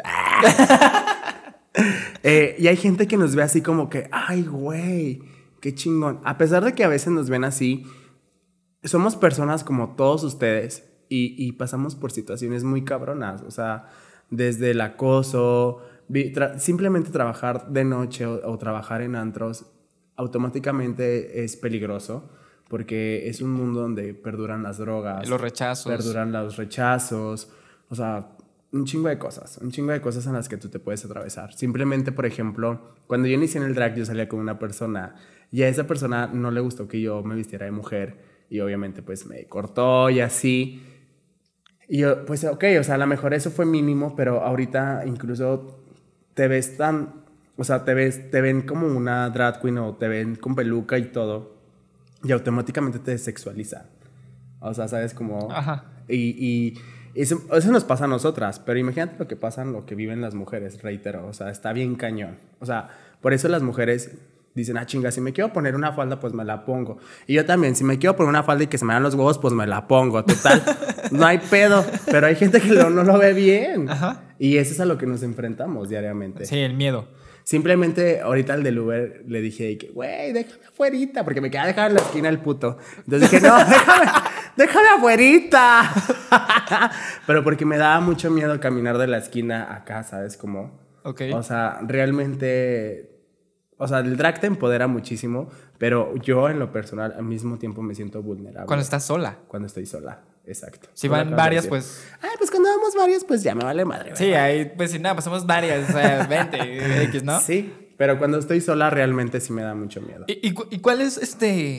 Y hay gente que nos ve así como que, ay, güey, qué chingón. A pesar de que a veces nos ven así, somos personas como todos ustedes y pasamos por situaciones muy cabronas. O sea, desde el acoso, simplemente trabajar de noche o trabajar en antros automáticamente es peligroso porque es un mundo donde perduran las drogas. Los rechazos. Perduran los rechazos. O sea, un chingo de cosas en las que tú te puedes atravesar. Simplemente, por ejemplo, cuando yo inicié en el drag, yo salía con una persona y a esa persona no le gustó que yo me vistiera de mujer y obviamente pues me cortó y así. Y yo, pues ok, o sea, a lo mejor eso fue mínimo, pero ahorita incluso te ves tan... O sea, te ven como una drag queen o te ven con peluca y todo y automáticamente te desexualizan. O sea, ¿sabes? Como... Ajá. Y eso nos pasa a nosotras, pero imagínate lo que pasa, lo que viven las mujeres, reitero, o sea, está bien cañón. O sea, por eso las mujeres dicen, chinga, si me quiero poner una falda, pues me la pongo. Y yo también, si me quiero poner una falda y que se me dan los huevos, pues me la pongo. Total, no hay pedo, pero hay gente que no lo ve bien. Ajá. Y eso es a lo que nos enfrentamos diariamente. Sí, el miedo. Simplemente ahorita al del Uber le dije, güey, déjame afuerita, porque me queda dejar en la esquina el puto. Entonces dije, no, déjame afuerita. Pero porque me daba mucho miedo caminar de la esquina acá, ¿sabes? Como, o sea, realmente, o sea, el drag te empodera muchísimo, pero yo en lo personal al mismo tiempo me siento vulnerable. Cuando estás sola. Cuando estoy sola, exacto. Si van varias, pues... pues cuando vamos varias, pues ya me vale madre. ¿Verdad? Sí, ahí, pues si nada, pues somos varias, o sea, 20, X, ¿no? Sí, pero cuando estoy sola realmente sí me da mucho miedo. ¿Y cuál es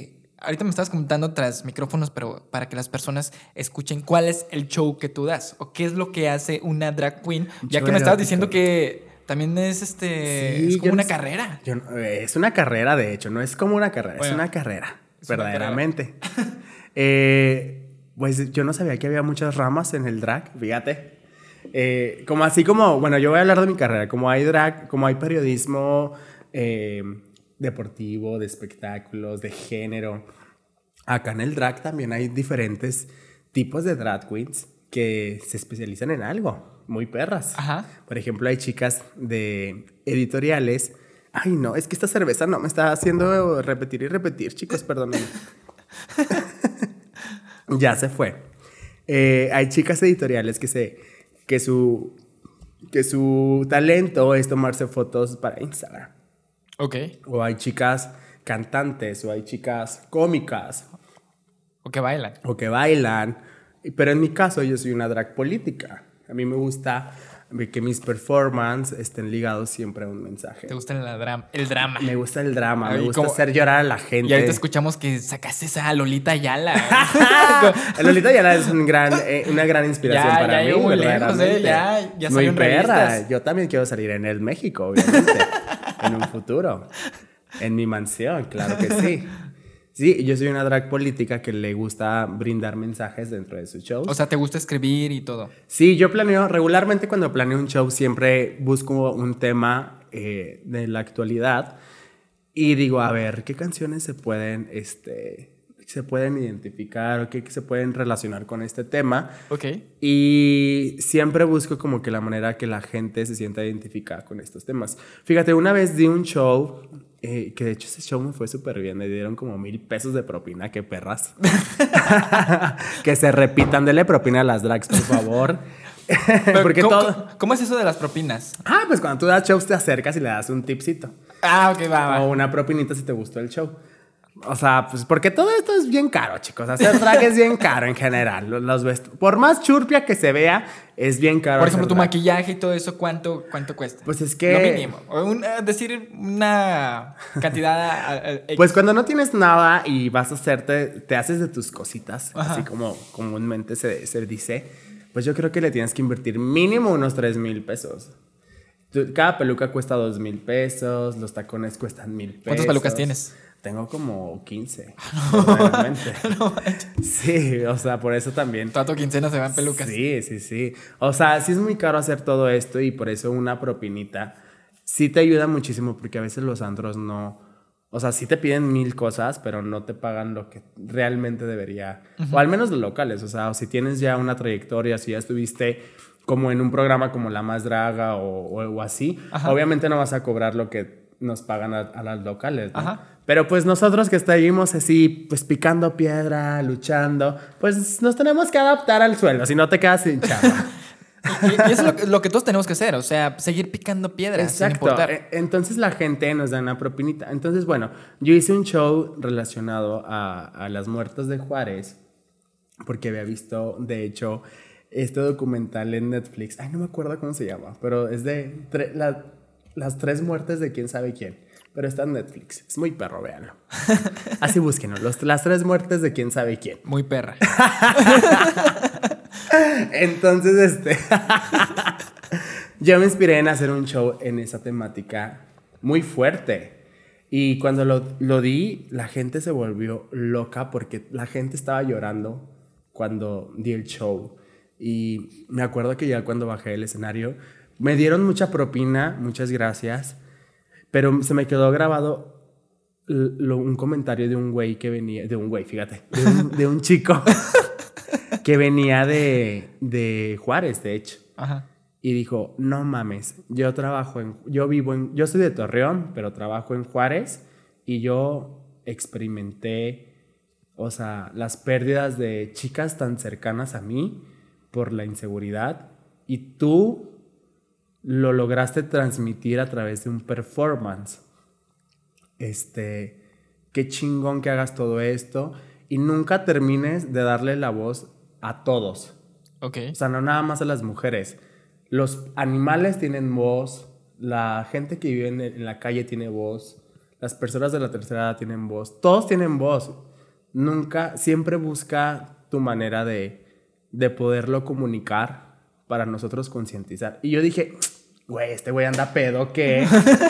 ahorita me estabas comentando tras micrófonos, pero para que las personas escuchen cuál es el show que tú das o qué es lo que hace una drag queen, ya que me estabas diciendo que también es Sí, es como una carrera. Es una carrera, de hecho, no es como una carrera, Bueno, es una carrera, es una verdaderamente. Pues yo no sabía que había muchas ramas en el drag, fíjate. Como así como, bueno, yo voy a hablar de mi carrera, como hay drag, como hay periodismo deportivo, de espectáculos, de género. Acá en el drag también hay diferentes tipos de drag queens que se especializan en algo, muy perras. Ajá. Por ejemplo, hay chicas de editoriales. Ay, no, es que esta cerveza no me está haciendo repetir y repetir, chicos, perdónenme. Ya se fue. Hay chicas editoriales que su talento es tomarse fotos para Instagram. Ok. O hay chicas cantantes, o hay chicas cómicas. O que bailan. O que bailan. Pero en mi caso, yo soy una drag política. A mí me gusta que mis performances estén ligados siempre a un mensaje. ¿Te gusta el drama? Me gusta el drama, Ay, me gusta hacer llorar a la gente. Y ahorita escuchamos que sacaste esa Lolita Ayala. Lolita Ayala es una gran inspiración para mí. Muy lejos, ya muy salió en perra. revistas. Yo también quiero salir en el México, obviamente. En un futuro. En mi mansión, claro que sí. Sí, yo soy una drag política que le gusta brindar mensajes dentro de sus shows. O sea, ¿te gusta escribir y todo? Sí, yo regularmente cuando planeo un show siempre busco un tema de la actualidad y digo, a ver, ¿qué canciones se pueden identificar o qué se pueden relacionar con este tema? Ok. Y siempre busco como que la manera que la gente se sienta identificada con estos temas. Fíjate, una vez di un show, que de hecho ese show me fue súper bien, me dieron como 1,000 pesos de propina, qué perras. Que se repitan, denle propina a las drags, por favor. Porque ¿Cómo es eso de las propinas? Pues cuando tú das shows te acercas y le das un tipcito. Ok, va. O una propinita si te gustó el show. O sea, pues porque todo esto es bien caro, chicos. Hacer drag es bien caro en general. Por más churpia que se vea, es bien caro. Por ejemplo, tu maquillaje y todo eso, ¿cuánto cuesta? Pues es que... Lo mínimo. O decir una cantidad... Pues cuando no tienes nada y vas a hacerte... Te haces de tus cositas, así como comúnmente se dice. Pues yo creo que le tienes que invertir mínimo unos 3,000 pesos. Cada peluca cuesta 2,000 pesos. Los tacones cuestan 1,000 pesos. ¿Cuántas pelucas tienes? Tengo como 15. No, sí, o sea, por eso también. Toda tu quincena se va en pelucas. Sí. O sea, sí es muy caro hacer todo esto y por eso una propinita sí te ayuda muchísimo porque a veces los antros no... O sea, sí te piden 1,000 cosas, pero no te pagan lo que realmente debería. O al menos los locales. O sea, si tienes ya una trayectoria, si ya estuviste como en un programa como La Más Draga o así, obviamente no vas a cobrar lo que nos pagan a las locales, ¿no? Pero pues nosotros que seguimos así, pues picando piedra, luchando, pues nos tenemos que adaptar al suelo, si no te quedas sin chamba. Y eso es lo que todos tenemos que hacer, o sea, seguir picando piedras. Exacto. Sin importar. Entonces la gente nos da una propinita. Entonces, bueno, yo hice un show relacionado a las muertes de Juárez, porque había visto, de hecho, este documental en Netflix. Ay, no me acuerdo cómo se llama, pero es de las 3 muertes de quién sabe quién. Pero está en Netflix. Es muy perro, véanlo. Así búsquenlo. Las 3 muertes de quién sabe quién. Muy perra. Entonces, yo me inspiré en hacer un show en esa temática muy fuerte. Y cuando lo di, la gente se volvió loca porque la gente estaba llorando cuando di el show. Y me acuerdo que ya cuando bajé del escenario, me dieron mucha propina, muchas gracias. Pero se me quedó grabado un comentario de un güey que venía... De un güey, fíjate. De un chico que venía de Juárez, de hecho. Ajá. Y dijo, no mames, yo soy de Torreón, pero trabajo en Juárez. Y yo experimenté, o sea, las pérdidas de chicas tan cercanas a mí por la inseguridad. Y tú lo lograste transmitir a través de un performance. Qué chingón que hagas todo esto y nunca termines de darle la voz a todos. Ok. O sea, no nada más a las mujeres. Los animales tienen voz, la gente que vive en la calle tiene voz, las personas de la tercera edad tienen voz, todos tienen voz. siempre busca tu manera de poderlo comunicar para nosotros concientizar. Y yo dije, güey, este güey anda pedo, ¿qué?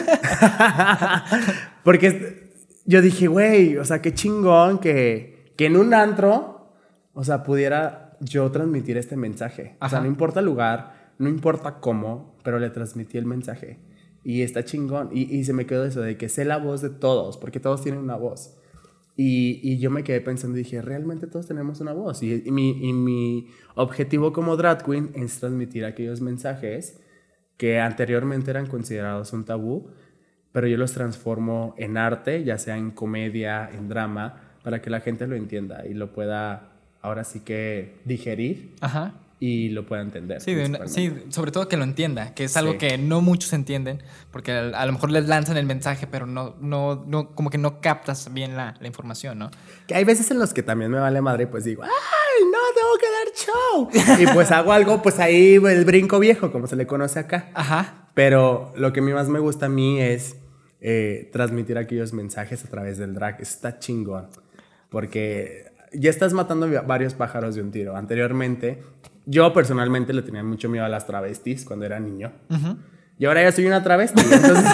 Porque yo dije, güey, o sea, qué chingón que en un antro, o sea, pudiera yo transmitir este mensaje. Ajá. O sea, no importa el lugar, no importa cómo, pero le transmití el mensaje. Y está chingón. Y se me quedó eso de que sé la voz de todos, porque todos tienen una voz. Y yo me quedé pensando y dije, realmente todos tenemos una voz. Y mi objetivo como drag queen es transmitir aquellos mensajes que anteriormente eran considerados un tabú, pero yo los transformo en arte, ya sea en comedia, en drama, para que la gente lo entienda y lo pueda ahora sí que digerir. Ajá. Y lo pueda entender. Sí, sobre todo que lo entienda, que es algo que no muchos entienden, porque a lo mejor les lanzan el mensaje, pero no como que no captas bien la información, ¿no? Que hay veces en los que también me vale madre y pues digo, ¡ay, no, tengo que dar show! Y pues hago algo, pues ahí el brinco viejo, como se le conoce acá. Ajá. Pero lo que más me gusta a mí es transmitir aquellos mensajes a través del drag. Eso está chingón, porque ya estás matando varios pájaros de un tiro. Anteriormente, yo personalmente le tenía mucho miedo a las travestis cuando era niño. Uh-huh. Y ahora ya soy una travesti. Entonces,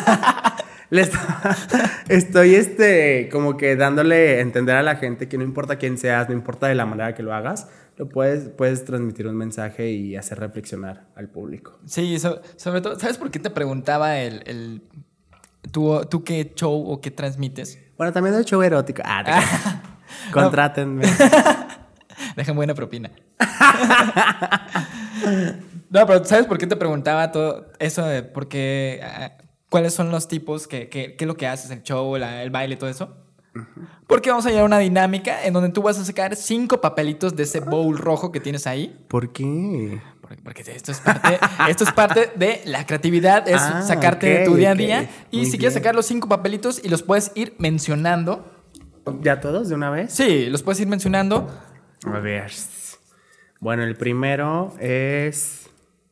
estoy como que dándole a entender a la gente que no importa quién seas, no importa de la manera que lo hagas, puedes transmitir un mensaje y hacer reflexionar al público. Sí, sobre todo, ¿sabes por qué te preguntaba tú qué show o qué transmites? Bueno, también el show erótico. Contrátenme. Dejen buena propina. No, pero ¿sabes por qué te preguntaba todo eso de por qué? ¿Cuáles son los tipos? ¿Qué es lo que haces? ¿El show, el baile, todo eso? Uh-huh. Porque vamos a llevar una dinámica en donde tú vas a sacar 5 papelitos de ese bowl rojo que tienes ahí. ¿Por qué? Porque esto es parte de la creatividad, es sacarte de tu día a día. Y muy si quieres sacar los 5 papelitos y los puedes ir mencionando. ¿Ya todos de una vez? Sí, los puedes ir mencionando. A ver. Bueno, el primero es...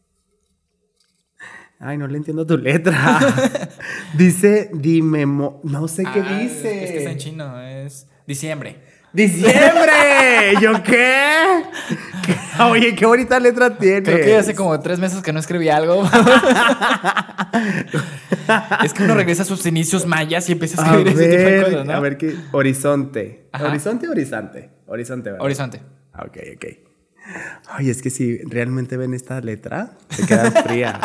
Ay, no le entiendo tu letra. Dice no sé qué dice. Es que está en chino, es diciembre. ¡Diciembre! ¿Yo qué? Oye, qué bonita letra tiene. Creo que hace como 3 meses que no escribí algo. Es que uno regresa a sus inicios mayas y empieza a escribir ese tipo de cosas, ¿no? A ver qué. Horizonte. Ajá. ¿Horizonte o horizonte? Horizonte, ¿verdad? Horizonte. Ok. Ay, es que si realmente ven esta letra, se quedan frías.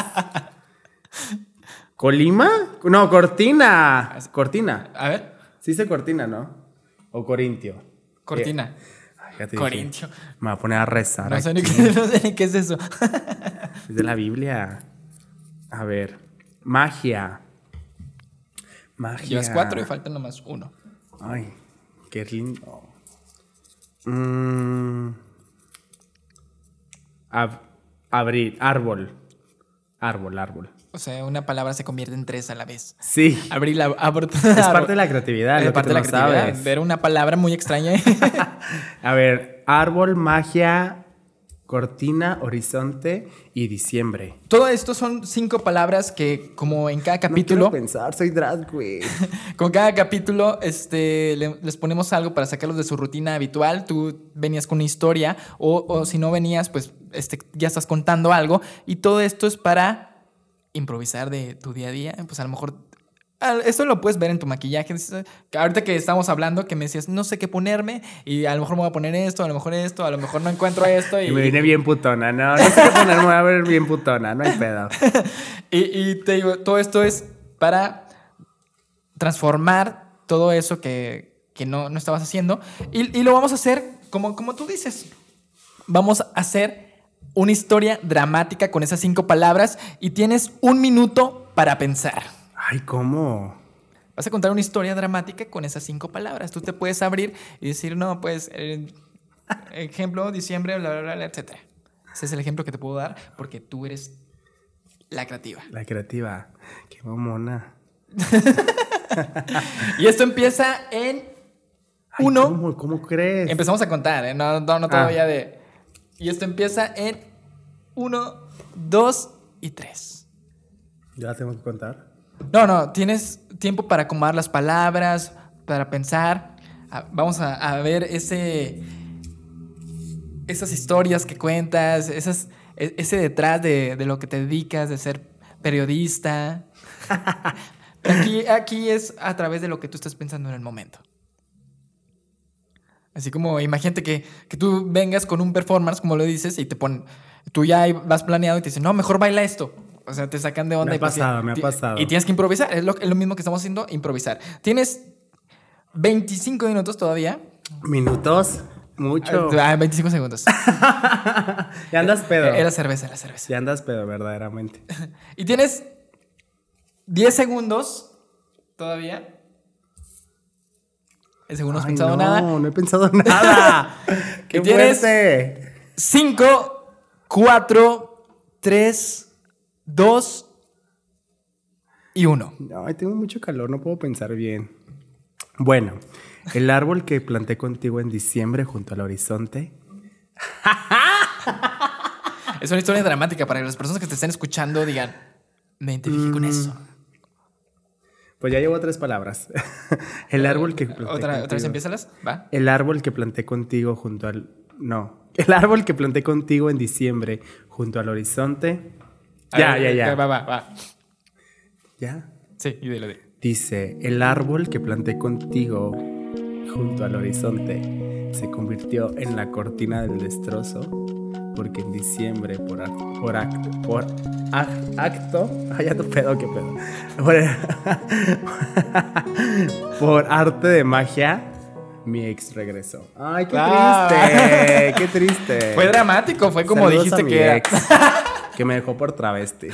¿Colima? No, Cortina. Cortina. A ver. Sí dice Cortina, ¿no? O Corintio. Cortina. Corintio. Me voy a poner a rezar. No sé ni qué es eso. Es de la Biblia. A ver. Magia. Llevas 4 y faltan nomás 1. Ay, qué lindo. Abrir. Árbol. O sea, una palabra se convierte en 3 a la vez. Sí. Es parte de la creatividad. Es parte de la creatividad. Sabes. Ver una palabra muy extraña. A ver, árbol, magia, cortina, horizonte y diciembre. Todo esto son 5 palabras que, como en cada capítulo... No quiero pensar, soy drag queen. Con cada capítulo les ponemos algo para sacarlos de su rutina habitual. Tú venías con una historia o si no venías, pues ya estás contando algo. Y todo esto es para improvisar de tu día a día. Pues a lo mejor... Esto lo puedes ver en tu maquillaje. Ahorita que estamos hablando, que me decías, no sé qué ponerme, y a lo mejor me voy a poner esto, a lo mejor no encuentro esto. Y me vine bien putona, no sé qué ponerme, me voy a ver bien putona, no hay pedo. y te digo, todo esto es para transformar todo eso que no estabas haciendo, y lo vamos a hacer como tú dices. Vamos a hacer una historia dramática con esas 5 palabras, y tienes 1 minuto para pensar. Ay, ¿cómo? Vas a contar una historia dramática con esas 5 palabras. Tú te puedes abrir y decir, no, pues, ejemplo, diciembre, bla, bla, bla, etc. Ese es el ejemplo que te puedo dar porque tú eres la creativa. La creativa. Qué mamona. Y esto empieza en 1. ¿Cómo crees? Empezamos a contar, ¿eh? No todavía de... Y esto empieza en 1, 2 y 3. ¿Ya la tengo que contar? No, tienes tiempo para acomodar las palabras, para pensar. Vamos a ver esas historias que cuentas, ese detrás de lo que te dedicas, de ser periodista. Aquí es a través de lo que tú estás pensando en el momento. Así como imagínate que tú vengas con un performance, como lo dices, y te ponen, tú ya vas planeado y te dicen, no, mejor baila esto. O sea, te sacan de onda. Me ha pasado. Y tienes que improvisar. Es lo mismo que estamos haciendo, improvisar. Tienes 25 minutos todavía. ¿Minutos? Mucho. 25 segundos. Ya andas pedo. Era cerveza. Ya andas pedo, verdaderamente. Y tienes 10 segundos todavía. Según no has pensado nada. No he pensado nada. ¡Qué fuerte! 5, 4, 3, 2 y 1. Ay, tengo mucho calor, no puedo pensar bien. Bueno, el árbol que planté contigo en diciembre junto al horizonte. Es una historia dramática para que las personas que te estén escuchando digan, me identifico con eso. Pues ya llevo 3 palabras. El árbol que planté ¿Otra vez empiézalas? ¿Va? El árbol que planté contigo junto al... No. El árbol que planté contigo en diciembre junto al horizonte. Ya. Va. ¿Ya? Sí, y dile. Dice, el árbol que planté contigo junto al horizonte se convirtió en la cortina del destrozo porque en diciembre por acto, ay, ya no pedo, qué pedo, por arte de magia, mi ex regresó. Ay, qué triste. Fue dramático, fue como Saludos dijiste a mi que era. ex, que me dejó por travesti.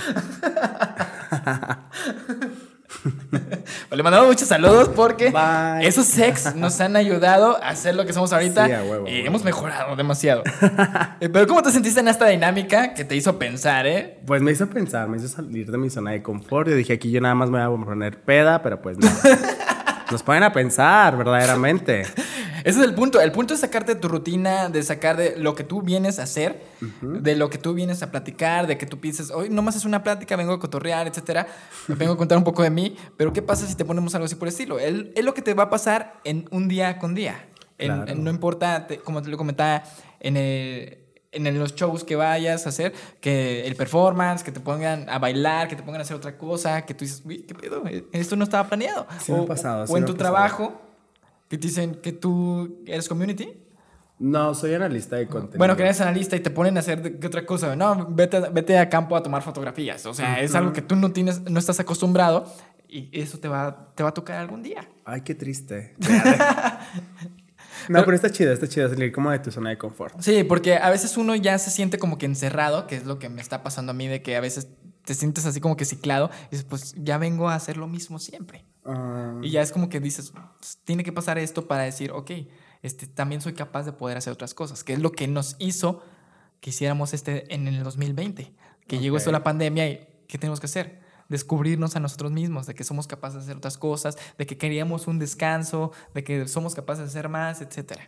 Le mandamos muchos saludos porque Bye. esos ex nos han ayudado a hacer lo que somos ahorita. Sí, a huevo. Hemos mejorado demasiado. Pero ¿cómo te sentiste en esta dinámica que te hizo pensar, Pues me hizo pensar, me hizo salir de mi zona de confort. Yo dije, aquí yo nada más me voy a poner peda, pero pues no. Nos ponen a pensar, verdaderamente. Ese es el punto. El punto es sacarte de tu rutina, de sacar de lo que tú vienes a hacer, de lo que tú vienes a platicar, de que tú pienses, hoy nomás es una plática, vengo a cotorrear, etcétera. Vengo a contar un poco de mí, pero ¿qué pasa si te ponemos algo así por el estilo? Es lo que te va a pasar en un día con día. Claro. No importa, como te lo comentaba, en los shows que vayas a hacer, que el performance, que te pongan a bailar, que te pongan a hacer otra cosa, que tú dices, uy, ¿qué pedo? Esto no estaba planeado. Sí me ha pasado. O en tu trabajo, que te dicen que tú eres community. No, soy analista de contenido. Bueno, que eres analista y te ponen a hacer ¿qué otra cosa? No, vete a campo a tomar fotografías. O sea, es algo que tú no estás acostumbrado y eso te va a tocar algún día. Ay, qué triste. No, pero está chido salir como de tu zona de confort. Sí, porque a veces uno ya se siente como que encerrado, que es lo que me está pasando a mí, de que a veces te sientes así como que ciclado y dices, pues ya vengo a hacer lo mismo siempre. Y ya es como que dices, tiene que pasar esto para decir, ok, también soy capaz de poder hacer otras cosas, que es lo que nos hizo que hiciéramos en el 2020, que llegó esto la pandemia y ¿qué tenemos que hacer? Descubrirnos a nosotros mismos, de que somos capaces de hacer otras cosas, de que queríamos un descanso, de que somos capaces de hacer más, etc.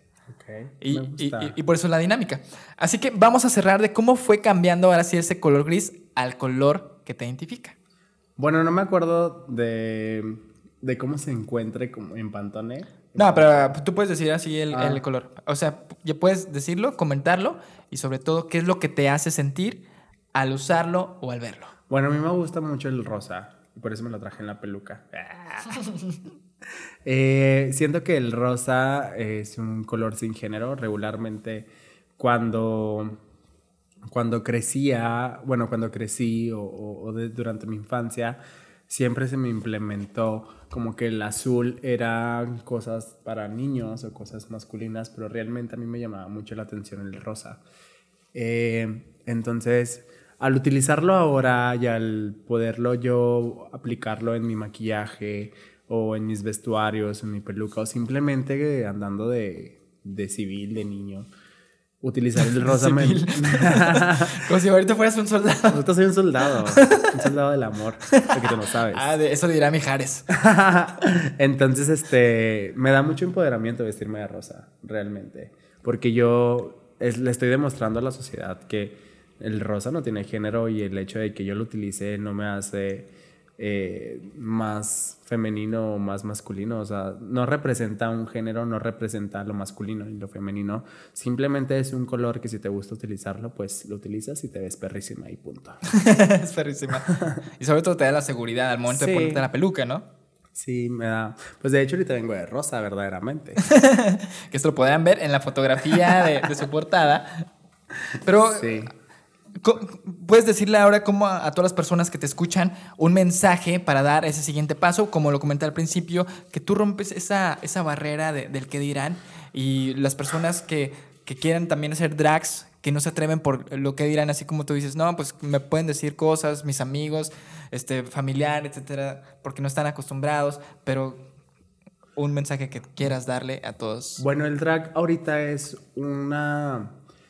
Y por eso la dinámica. Así que vamos a cerrar de cómo fue cambiando ahora sí ese color gris al color que te identifica. Bueno, no me acuerdo de cómo se encuentre como en Pantone. No, pero tú puedes decir así el color. O sea, ya puedes decirlo, comentarlo y sobre todo qué es lo que te hace sentir al usarlo o al verlo. Bueno, a mí me gusta mucho el rosa y por eso me lo traje en la peluca. Siento que el rosa es un color sin género. Regularmente cuando crecía, bueno, cuando crecí durante mi infancia, siempre se me implementó como que el azul eran cosas para niños o cosas masculinas, pero realmente a mí me llamaba mucho la atención el rosa. Entonces, al utilizarlo ahora y al poderlo yo aplicarlo en mi maquillaje o en mis vestuarios, en mi peluca o simplemente andando de civil, de niño, utilizar el rosa. Como si ahorita fueras un soldado. Ahorita soy un soldado del amor, porque tú no sabes. Eso dirá Mijares. Entonces, me da mucho empoderamiento vestirme de rosa, realmente, porque yo le estoy demostrando a la sociedad que el rosa no tiene género y el hecho de que yo lo utilice no me hace más femenino o más masculino. O sea, no representa un género, no representa lo masculino y lo femenino. Simplemente es un color que si te gusta utilizarlo, pues lo utilizas y te ves perrísima y punto. Es perrísima. Y sobre todo te da la seguridad al momento de ponerte la peluca, ¿no? Sí, me da. Pues de hecho ahorita vengo de rosa, verdaderamente. Que esto lo podrán ver en la fotografía de su portada. Pero sí. ¿Puedes decirle ahora como a todas las personas que te escuchan un mensaje para dar ese siguiente paso? Como lo comenté al principio, que tú rompes esa barrera del que dirán, y las personas que quieran también hacer drags, que no se atreven por lo que dirán, así como tú dices, no, pues me pueden decir cosas, mis amigos, familiares, etcétera, porque no están acostumbrados, pero un mensaje que quieras darle a todos. Bueno, el drag ahorita es una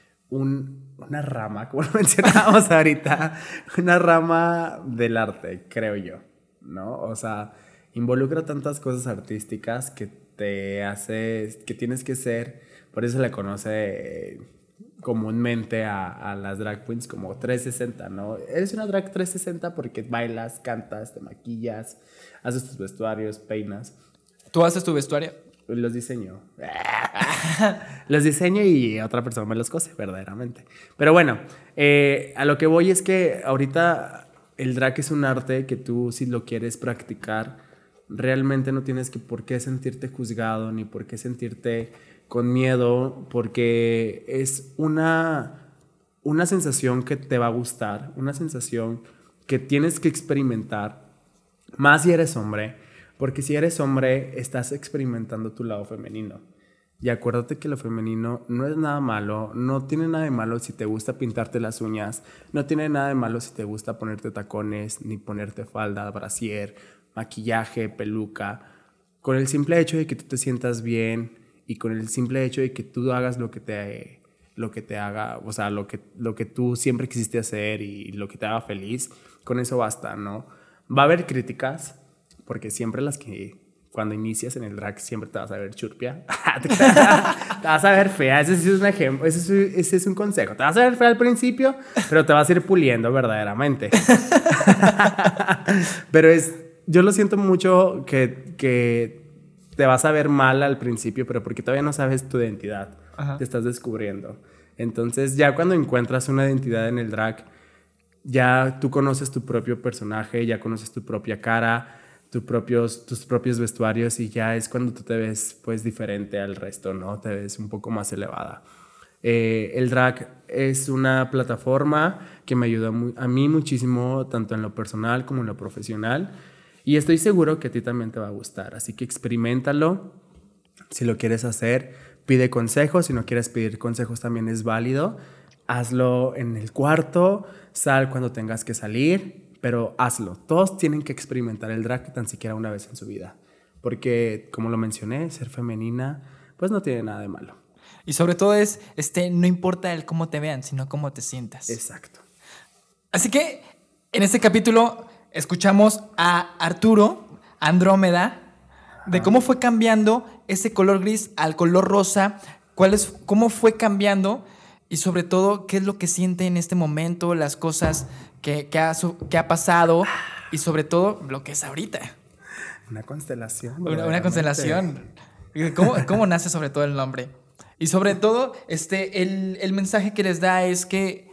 rama, como lo mencionábamos ahorita, una rama del arte, creo yo, ¿no? O sea, involucra tantas cosas artísticas que que tienes que ser, por eso se le conoce comúnmente a las drag queens como 360, ¿no? Eres una drag 360 porque bailas, cantas, te maquillas, haces tus vestuarios, peinas. ¿Tú haces tu vestuario? Los diseño. Los diseño y otra persona me los cose, verdaderamente. Pero bueno, a lo que voy es que ahorita el drag es un arte que tú, si lo quieres practicar, realmente no tienes por qué sentirte juzgado ni por qué sentirte con miedo, porque es una sensación que te va a gustar, una sensación que tienes que experimentar, más si eres hombre. Porque si eres hombre, estás experimentando tu lado femenino. Y acuérdate que lo femenino no es nada malo. No tiene nada de malo si te gusta pintarte las uñas. No tiene nada de malo si te gusta ponerte tacones, ni ponerte falda, brasier, maquillaje, peluca. Con el simple hecho de que tú te sientas bien y con el simple hecho de que tú hagas lo que te haga, o sea, lo que tú siempre quisiste hacer y lo que te haga feliz, con eso basta, ¿no? Va a haber críticas, porque siempre cuando inicias en el drag siempre te vas a ver churpia. Te vas a ver fea. Ese sí es un ejemplo, ese es un consejo. Te vas a ver fea al principio, pero te vas a ir puliendo verdaderamente. Pero yo lo siento mucho que te vas a ver mal al principio, pero porque todavía no sabes tu identidad. Ajá. Te estás descubriendo. Entonces ya cuando encuentras una identidad en el drag, ya tú conoces tu propio personaje, ya conoces tu propia cara, tus propios vestuarios, y ya es cuando tú te ves pues diferente al resto, ¿no? Te ves un poco más elevada. El drag es una plataforma que me ayuda a mí muchísimo, tanto en lo personal como en lo profesional, y estoy seguro que a ti también te va a gustar, así que experiméntalo. Si lo quieres hacer, pide consejos. Si no quieres pedir consejos, también es válido. Hazlo en el cuarto, sal cuando tengas que salir, pero hazlo. Todos tienen que experimentar el drag tan siquiera una vez en su vida, porque, como lo mencioné, ser femenina pues no tiene nada de malo. Y sobre todo no importa el cómo te vean, sino cómo te sientas. Exacto. Así que en este capítulo escuchamos a Arturo Andrómeda de cómo fue cambiando ese color gris al color rosa, cómo fue cambiando, y sobre todo qué es lo que siente en este momento, las cosas que ha pasado, y sobre todo lo que es ahorita. Una constelación. Una constelación. ¿Cómo nace sobre todo el nombre? Y sobre todo, el mensaje que les da es que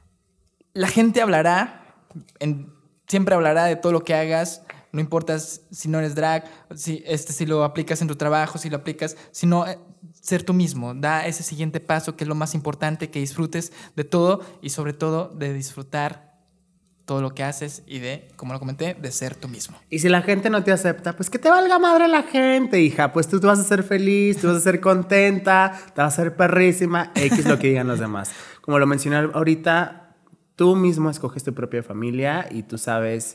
la gente hablará, siempre hablará de todo lo que hagas, no importa si no eres drag, si lo aplicas en tu trabajo, si lo aplicas, sino ser tú mismo. Da ese siguiente paso, que es lo más importante, que disfrutes de todo, y sobre todo de disfrutar todo lo que haces y como lo comenté, de ser tú mismo. Y si la gente no te acepta, pues que te valga madre la gente, hija. Pues tú vas a ser feliz, tú vas a ser contenta, te vas a ser perrísima, X lo que digan los demás. Como lo mencioné ahorita, tú mismo escoges tu propia familia y tú sabes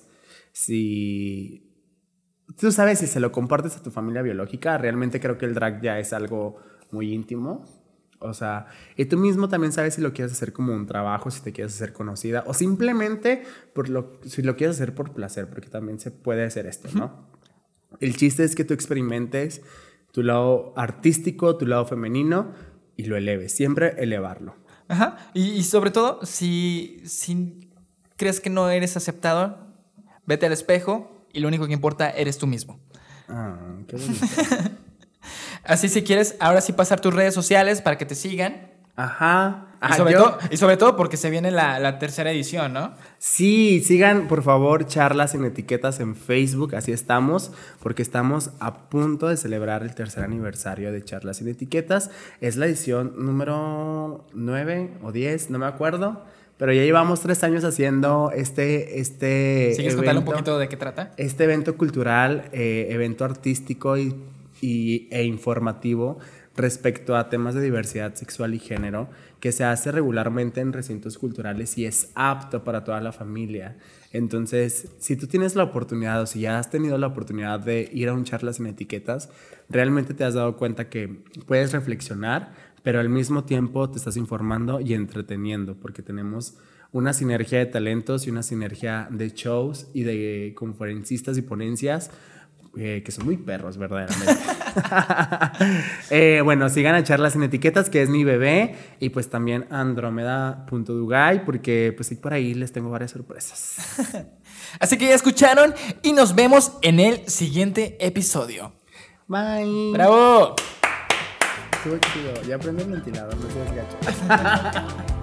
si se lo compartes a tu familia biológica. Realmente creo que el drag ya es algo muy íntimo. O sea, y tú mismo también sabes si lo quieres hacer como un trabajo, si te quieres hacer conocida, o simplemente si lo quieres hacer por placer, porque también se puede hacer esto, ¿no? El chiste es que tú experimentes tu lado artístico, tu lado femenino, y lo eleves, siempre elevarlo. Ajá, y sobre todo, si crees que no eres aceptado, vete al espejo y lo único que importa eres tú mismo. Qué bonito. Así si quieres, ahora sí pasar tus redes sociales para que te sigan. Ajá. Y sobre todo porque se viene la tercera edición, ¿no? Sí, sigan por favor Charlas sin Etiquetas en Facebook, así estamos, porque estamos a punto de celebrar el tercer aniversario de Charlas sin Etiquetas. Es la edición número 9 o 10, no me acuerdo, pero ya llevamos 3 años haciendo este ¿Sigues contando un poquito de qué trata? Este evento cultural, evento artístico e informativo respecto a temas de diversidad sexual y género, que se hace regularmente en recintos culturales y es apto para toda la familia. Entonces, si tú tienes la oportunidad o si ya has tenido la oportunidad de ir a un Charlas sin Etiquetas, realmente te has dado cuenta que puedes reflexionar, pero al mismo tiempo te estás informando y entreteniendo, porque tenemos una sinergia de talentos y una sinergia de shows y de conferencistas y ponencias que son muy perros, verdaderamente. Bueno, sigan a Charlas sin Etiquetas, que es mi bebé, y pues también Andromeda.dugay, porque pues por ahí les tengo varias sorpresas. Así que ya escucharon y nos vemos en el siguiente episodio. Bye. ¡Bravo! Estuvo chido. Ya aprendí el ventilador, no seas gacho.